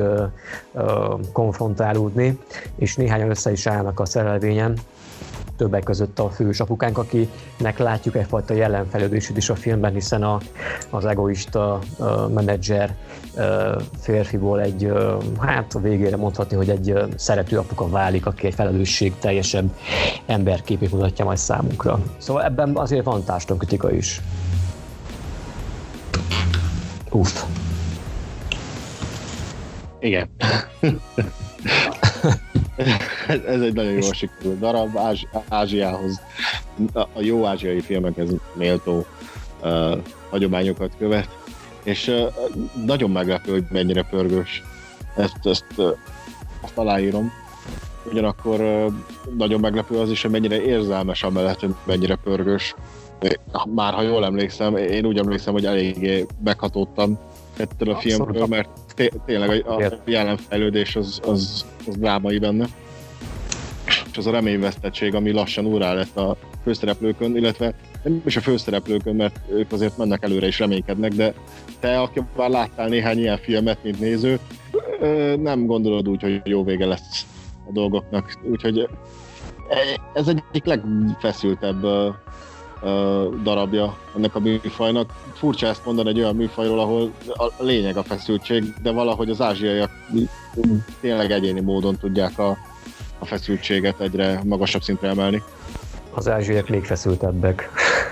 konfrontálódni, és néhányan össze is állnak a szerelvényen, többek között a fős apukánk, akinek látjuk egyfajta jelenfejlődését is a filmben, hiszen a, az egoista uh, menedzser uh, férfiból egy, uh, hát a végére mondhatni, hogy egy uh, szerető apuka válik, aki egy felelősség teljesebb emberképét mutatja majd számunkra. Szóval ebben azért van társadalomkritika is. Uff. Igen. ez, ez egy nagyon jól sikerült darab, Ázsi, Ázsiához, a jó ázsiai filmekhez méltó uh, hagyományokat követ, és uh, nagyon meglepő, hogy mennyire pörgős. Ezt, ezt, uh, ezt aláírom. Ugyanakkor uh, nagyon meglepő az is, hogy mennyire érzelmes amellett, hogy mennyire pörgős. Már ha jól emlékszem, én úgy emlékszem, hogy eléggé meghatódtam ettől a filmről, mert té- tényleg a, a jelenfejlődés az, az, az drámai benne. És az a reményvesztettség, ami lassan úrrá lett a főszereplőkön, illetve nem is a főszereplőkön, mert ők azért mennek előre és reménykednek, de te, aki már láttál néhány ilyen filmet, mint néző, nem gondolod úgy, hogy jó vége lesz a dolgoknak. Úgyhogy ez egyik legfeszültebb darabja ennek a műfajnak. Furcsa ezt mondani egy olyan műfajról, ahol a lényeg a feszültség, de valahogy az ázsiaiak tényleg egyéni módon tudják a, a feszültséget egyre magasabb szintre emelni. Az ázsiaiak még feszültebbek.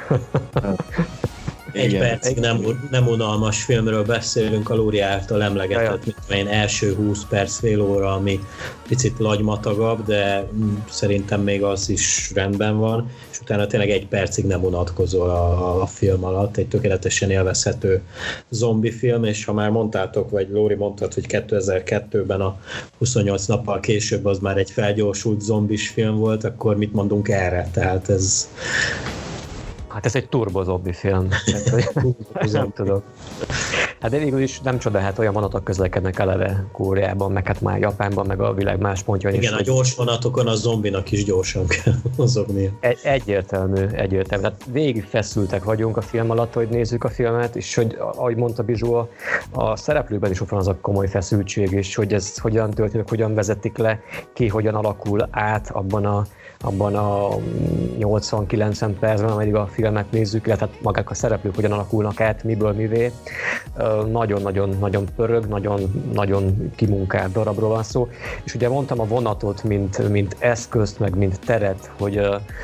Egy percig nem, nem unalmas filmről beszélünk, a Lóri által emlegetett, mint én első húsz perc, fél óra, ami picit lagymatagabb, de szerintem még az is rendben van, és utána tényleg egy percig nem unatkozol a, a film alatt, egy tökéletesen élvezhető zombi film, és ha már mondtátok, vagy Lóri mondtad, hogy kétezer-kettőben a huszonnyolc nappal később az már egy felgyorsult zombis film volt, akkor mit mondunk erre? Tehát ez... Hát ez egy turbo zombi film. Nem tudok. Hát de végül is nem csoda, hát olyan vonatok közlekednek eleve Koreában, meg hát már Japánban, meg a világ más pontjain is. Igen, a gyors vonatokon a zombinak is gyorsan kell mozognia. Egy, egyértelmű, egyértelmű. Tehát végig feszültek vagyunk a film alatt, hogy nézzük a filmet, és hogy, ahogy mondta Bizsó, a, a szereplőkben is ott van az a komoly feszültség, és hogy ez hogyan történik, hogyan vezetik le, ki hogyan alakul át abban a abban a nyolcvan-kilencven percben, ameddig a filmet nézzük, illetve magák a szereplők hogyan alakulnak át, miből mivé. Nagyon-nagyon-nagyon pörög, nagyon-nagyon kimunkált darabról van szó. És ugye mondtam a vonatot, mint, mint eszközt, meg mint teret, hogy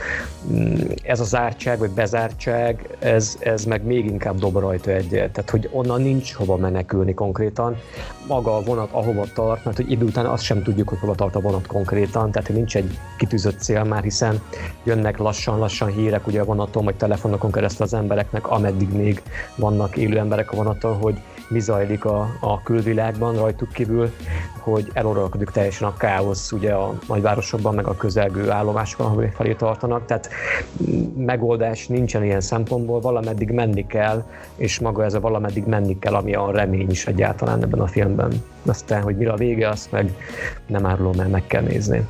ez a zártság, vagy bezártság, ez, ez meg még inkább dob rajta egyet. Tehát, hogy onnan nincs hova menekülni konkrétan. Maga a vonat ahova tart, mert hogy idő után azt sem tudjuk, hogy hova tart a vonat konkrétan, tehát hogy nincs egy kitűzött cél már, hiszen jönnek lassan-lassan hírek ugye a vonaton, vagy telefonokon keresztül az embereknek, ameddig még vannak élő emberek a vonaton, hogy mi zajlik a, a külvilágban rajtuk kívül, hogy eluralkodik teljesen a káosz ugye a nagyvárosokban, meg a közelgő állomásokon, ahol felé tartanak, tehát megoldás nincsen ilyen szempontból, valameddig menni kell, és maga ez a valameddig menni kell, ami a remény is egyáltalán ebben a filmben. Aztán, hogy mire a vége, azt meg nem árulom el, meg kell nézni.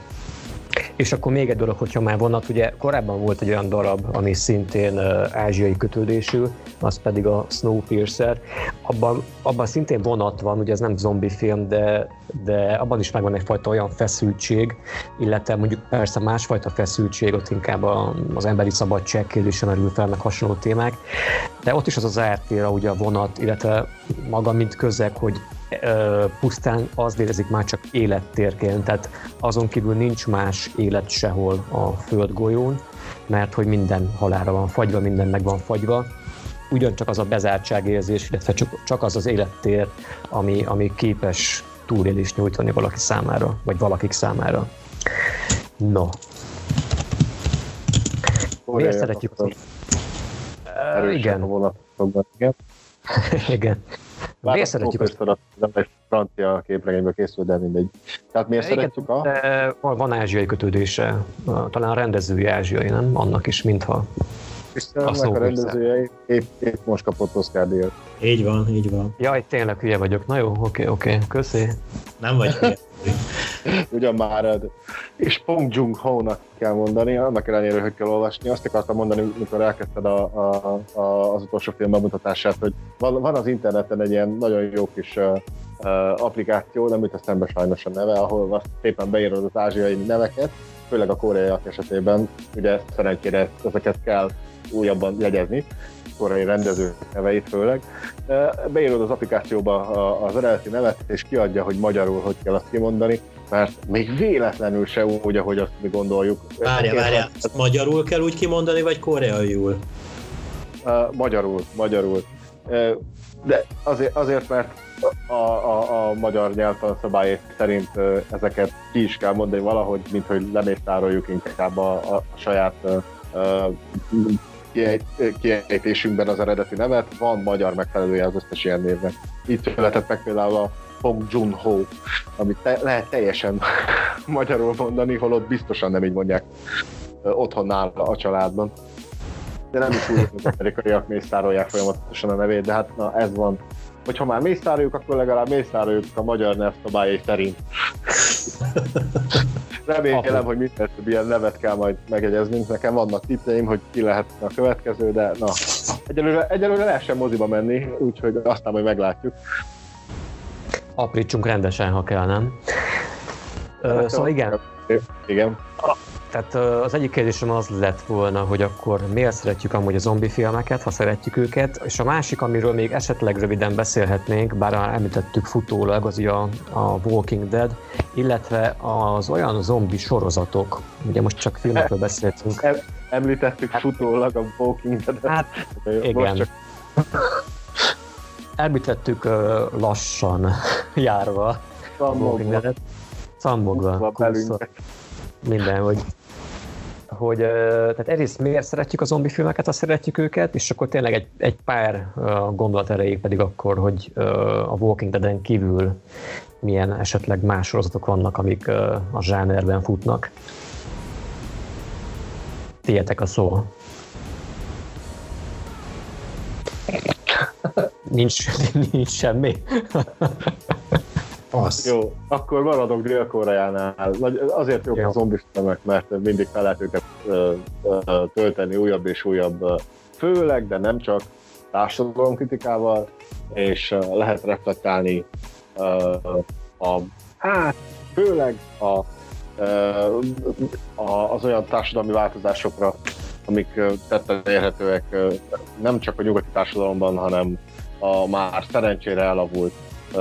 És akkor még egy dolog, hogyha már vonat, ugye korábban volt egy olyan darab, ami szintén uh, ázsiai kötődésű, az pedig a Snowpiercer. Abban, abban szintén vonat van, ugye ez nem zombi film, de, de abban is megvan egyfajta olyan feszültség, illetve mondjuk persze másfajta feszültség, ott inkább a, az emberi szabadság kérdése merül fel, meg hasonló témák, de ott is az az ártér, ugye a vonat, illetve maga mint közeg, hogy pusztán az létezik már csak élettérként, tehát azon kívül nincs más élet sehol a földgolyón, mert hogy minden halálra van fagyva, minden meg van fagyva. Ugyancsak az a bezártságérzés, illetve csak, csak az az élettér, ami, ami képes túlélést nyújtani valaki számára, vagy valakik számára. No. Miért szeretjük? Uh, igen. igen. igen. Miért szeretjük azt? Nem egy francia képregényből készül, de mindegy. Tehát miért igen, szeretjük a... Van, van ázsiai kötődése. Talán a rendezője ázsiai, nem? Annak is, mintha. A, a rendezője épp, épp most kapott Oscar-díjat. Így van, így van. Jaj, tényleg hülye vagyok. Na jó, oké, oké. Köszi. Nem vagy hülye. Ugyan már, és Bong Joon-ho-nak kell mondani, annak ellenére, hogy kell olvasni. Azt akartam mondani, mikor elkezdted a, a, a, az utolsó film bemutatását, hogy van, van az interneten egy ilyen nagyon jó kis uh, uh, applikáció, nem jut eszembe sajnos a neve, ahol azt szépen beírod az ázsiai neveket, főleg a koreaiak esetében, ugye szerencsére ezeket kell újabban jegyezni, koreai rendezők neveit főleg. Beírod az applikációba az eredeti nevet, és kiadja, hogy magyarul hogy kell azt kimondani, mert még véletlenül se úgy, ahogy azt mi gondoljuk. Várja, várja, magyarul kell úgy kimondani, vagy koreaiul? Magyarul, magyarul. De azért, azért mert a, a, a magyar nyelvtan szabály szerint ezeket ki is kell mondani valahogy, mint hogy lemészároljuk inkább a, a saját uh, kiejtésünkben az eredeti nevet. Van magyar megfelelője az összes ilyen névnek. Így született meg például a Bong Joon-ho, amit te, lehet teljesen magyarul mondani, holott biztosan nem így mondják otthon nála a családban. De nem is úgy, hogy az amerikaiak mészárolják folyamatosan a nevét, de hát na, ez van. Hogyha már mészároljuk, akkor legalább mészároljuk a magyar nyelvszabályai szerint. Remélem, hogy minden több ilyen nevet kell majd megjegyeznünk. Nekem vannak tippjeim, hogy ki lehet a következő, de na, egyelőre, egyelőre lehessen moziba menni, úgyhogy aztán majd meglátjuk. Aprítsunk rendesen, ha kell, nem? Ö, szóval igen. Igen. Tehát az egyik kérdésem az lett volna, hogy akkor miért szeretjük amúgy a zombi filmeket, ha szeretjük őket, és a másik, amiről még esetleg röviden beszélhetnénk, bár említettük futólag, az ugye a, a Walking Dead, illetve az olyan zombi sorozatok, ugye most csak filmekről beszéltünk. Em, említettük hát, futólag a Walking Dead-et. Hát igen. Csak... Említettük uh, lassan járva a Walking Dead-et. Szambogva, minden, hogy, hogy tehát egyrészt miért szeretjük a zombi filmeket, ha szeretjük őket, és akkor tényleg egy, egy pár gondolat erejéig pedig akkor, hogy a Walking Dead-en kívül milyen esetleg más sorozatok vannak, amik a zsánerben futnak. Tiétek a szó. Nincs, nincs semmi. Az. Jó, akkor maradok Dél-Koreánál. Azért jók a zombi filmek, mert mindig fel lehet őket tölteni újabb és újabb, főleg, de nem csak társadalomkritikával, és lehet reflektálni a, hát főleg a, a, az olyan társadalmi változásokra, amik tetten érhetőek nem csak a nyugati társadalomban, hanem a már szerencsére elavult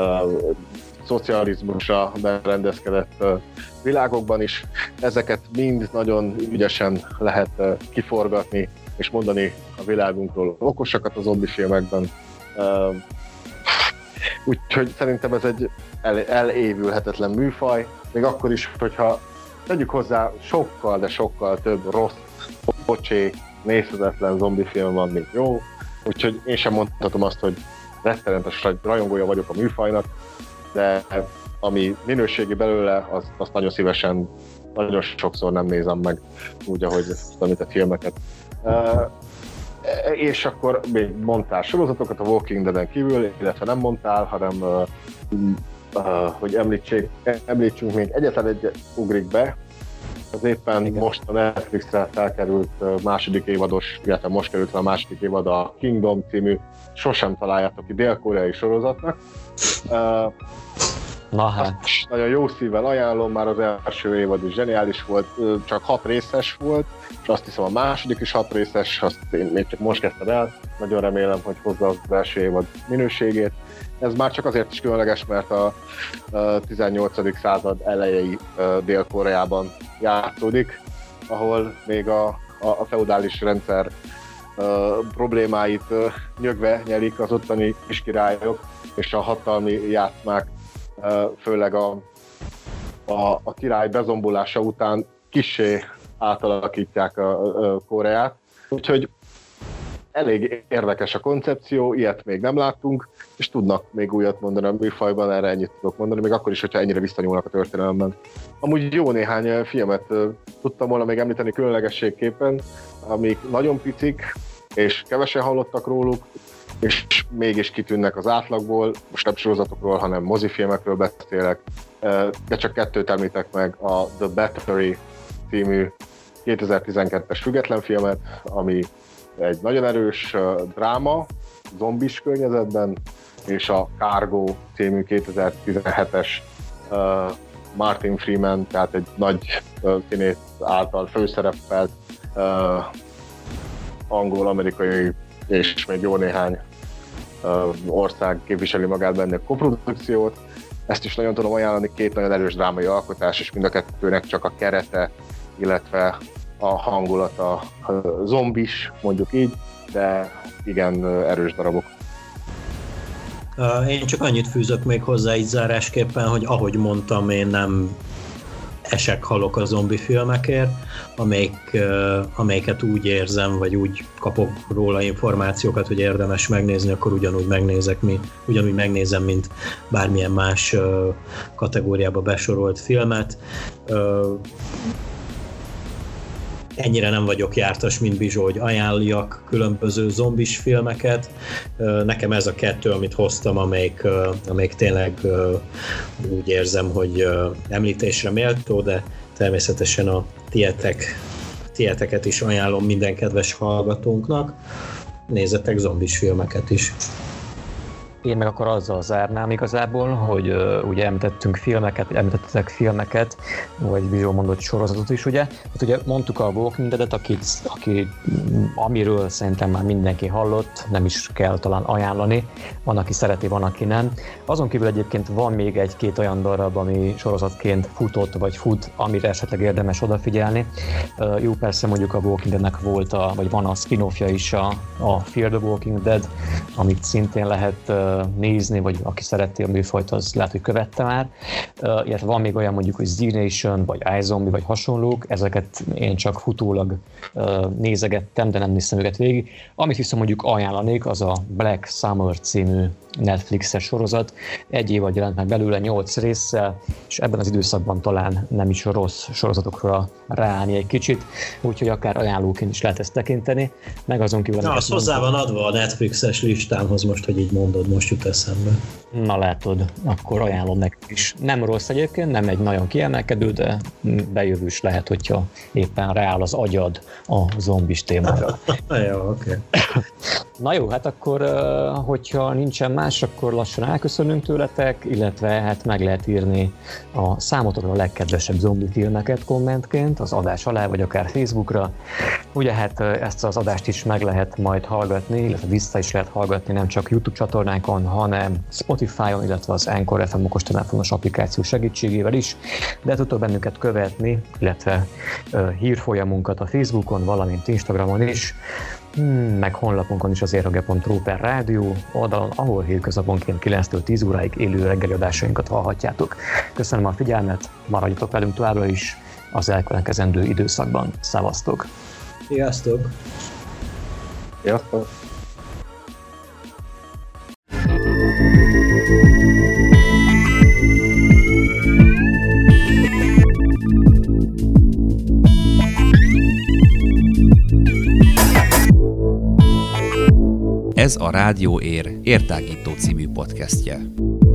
szocializmusra berendezkedett uh, világokban is. Ezeket mind nagyon ügyesen lehet uh, kiforgatni és mondani a világunkról okosakat a zombi filmekben. Uh, Úgyhogy szerintem ez egy el, elévülhetetlen műfaj, még akkor is, hogyha tegyük hozzá, sokkal, de sokkal több rossz, bocsé, nézhetetlen zombi film van, mint jó. Úgyhogy én sem mondhatom azt, hogy rettenetes rajongója vagyok a műfajnak, de ami minőségi belőle, azt, azt nagyon szívesen, nagyon sokszor nem nézem meg úgy, ahogy ezt említett filmeket. Uh, és akkor még mondtál sorozatokat a Walking Dead-en kívül, illetve nem mondtál, hanem uh, uh, hogy említsék, említsünk még egyetlen egy ugrik be, az éppen igen. Most a Netflixre felkerült uh, második évados, illetve most került a második évad a Kingdom című, sosem találjátok ki dél-koreai sorozatnak. Uh, Na hát. Nagyon jó szívvel ajánlom, már az első évad is zseniális volt, csak hat részes volt, és azt hiszem a második is hat részes, azt én még csak most kezdtem el, nagyon remélem, hogy hozza az első évad minőségét. Ez már csak azért is különleges, mert a tizennyolcadik század elejei Dél-Koreában játszódik, ahol még a, a, a feudális rendszer problémáit nyögve nyerik az ottani kiskirályok, és a hatalmi játszmák főleg a, a, a király bezombulása után kissé átalakítják a, a Koreát. Úgyhogy elég érdekes a koncepció, ilyet még nem láttunk, és tudnak még újat mondani a műfajban, erre ennyit tudok mondani, még akkor is, hogyha ennyire visszanyúlnak a történelemben. Amúgy jó néhány filmet tudtam volna még említeni különlegességképpen, amik nagyon picik, és kevesen hallottak róluk, és mégis kitűnnek az átlagból, most nem sorozatokról, hanem mozifilmekről beszélek, de csak kettőt említek meg, a The Battery című kétezer-tizenkettes független filmet, ami egy nagyon erős dráma, zombis környezetben, és a Cargo című kétezer-tizenhetes Martin Freeman, tehát egy nagy színész által főszerepelt angol-amerikai és még jó néhány uh, ország képviseli magát benne a koprodukciót. Ezt is nagyon tudom ajánlani, két nagyon erős drámai alkotás, és mind a kettőnek csak a kerete, illetve a hangulata uh, zombis, mondjuk így, de igen uh, erős darabok. Én csak annyit fűzök még hozzá így zárásképpen, hogy ahogy mondtam, én nem esek halok a zombi filmekért, amelyik, amelyiket úgy érzem, vagy úgy kapok róla információkat, hogy érdemes megnézni, akkor ugyanúgy megnézek, mi, ugyanúgy megnézem, mint bármilyen más kategóriába besorolt filmet. Ennyire nem vagyok jártas, mint Bizsó, hogy ajánljak különböző zombis filmeket. Nekem ez a kettő, amit hoztam, amelyik, amelyik tényleg úgy érzem, hogy említésre méltó, de természetesen a tietek, tieteket is ajánlom minden kedves hallgatónknak. Nézzetek zombis filmeket is. Én meg akkor azzal zárnám igazából, hogy uh, ugye említettünk filmeket, említettek filmeket, vagy Bizsó mondott sorozatot is, ugye? Hát ugye mondtuk a Walking Dead-et, akit, aki, amiről szerintem már mindenki hallott, nem is kell talán ajánlani, van, aki szereti, van, aki nem. Azon kívül egyébként van még egy-két olyan darab, ami sorozatként futott, vagy fut, amire esetleg érdemes odafigyelni. Uh, jó, persze mondjuk a Walking Dead-nek volt, a, vagy van a spin-offja is, a, a Fear the Walking Dead, amit szintén lehet uh, nézni, vagy aki szereti a műfajt, az lehet, hogy követte már. Uh, illetve van még olyan mondjuk, hogy Z Nation, vagy iZombie, vagy hasonlók, ezeket én csak futólag uh, nézegettem, de nem néztem őket végig. Amit viszont mondjuk ajánlanék, az a Black Summer című Netflixes sorozat. Egy évad jelent meg belőle nyolc résszel, és ebben az időszakban talán nem is rossz sorozatokra ráállni egy kicsit, úgyhogy akár ajánlóként is lehet ezt tekinteni. Meg azon kívül... Na, az hozzá van adva a Netflixes listámhoz most, hogy így mondod, most jut eszembe. Na látod, akkor ajánlom nekik is. Nem rossz egyébként, nem egy nagyon kiemelkedő, de bejövős lehet, hogyha éppen rááll az agyad a zombis témára. Jó, oké. Okay. Na jó, hát akkor, hogyha nincsen más, akkor lassan elköszönünk tőletek, illetve hát meg lehet írni a számotokra a legkedvesebb zombi filmeket kommentként az adás alá, vagy akár Facebookra. Ugye hát ezt az adást is meg lehet majd hallgatni, illetve vissza is lehet hallgatni nem csak YouTube csatornánkon, hanem Spotify-on, illetve az Anchor ef em okostelefonos applikáció segítségével is, de tudtok bennünket követni, illetve uh, hírfolyamunkat a Facebookon, valamint Instagramon is, Hmm, meg honlapunkon is az érhage pont ru per rádió oldalon, ahol hétköznaponként kilenctől tíz óráig élő reggeli adásainkat hallhatjátok. Köszönöm a figyelmet, maradjatok velünk továbbra is az elkövetkezendő időszakban. Szevasztok! Sziasztok! Sziasztok! Ez a Rádió Ér értágító című podcastje.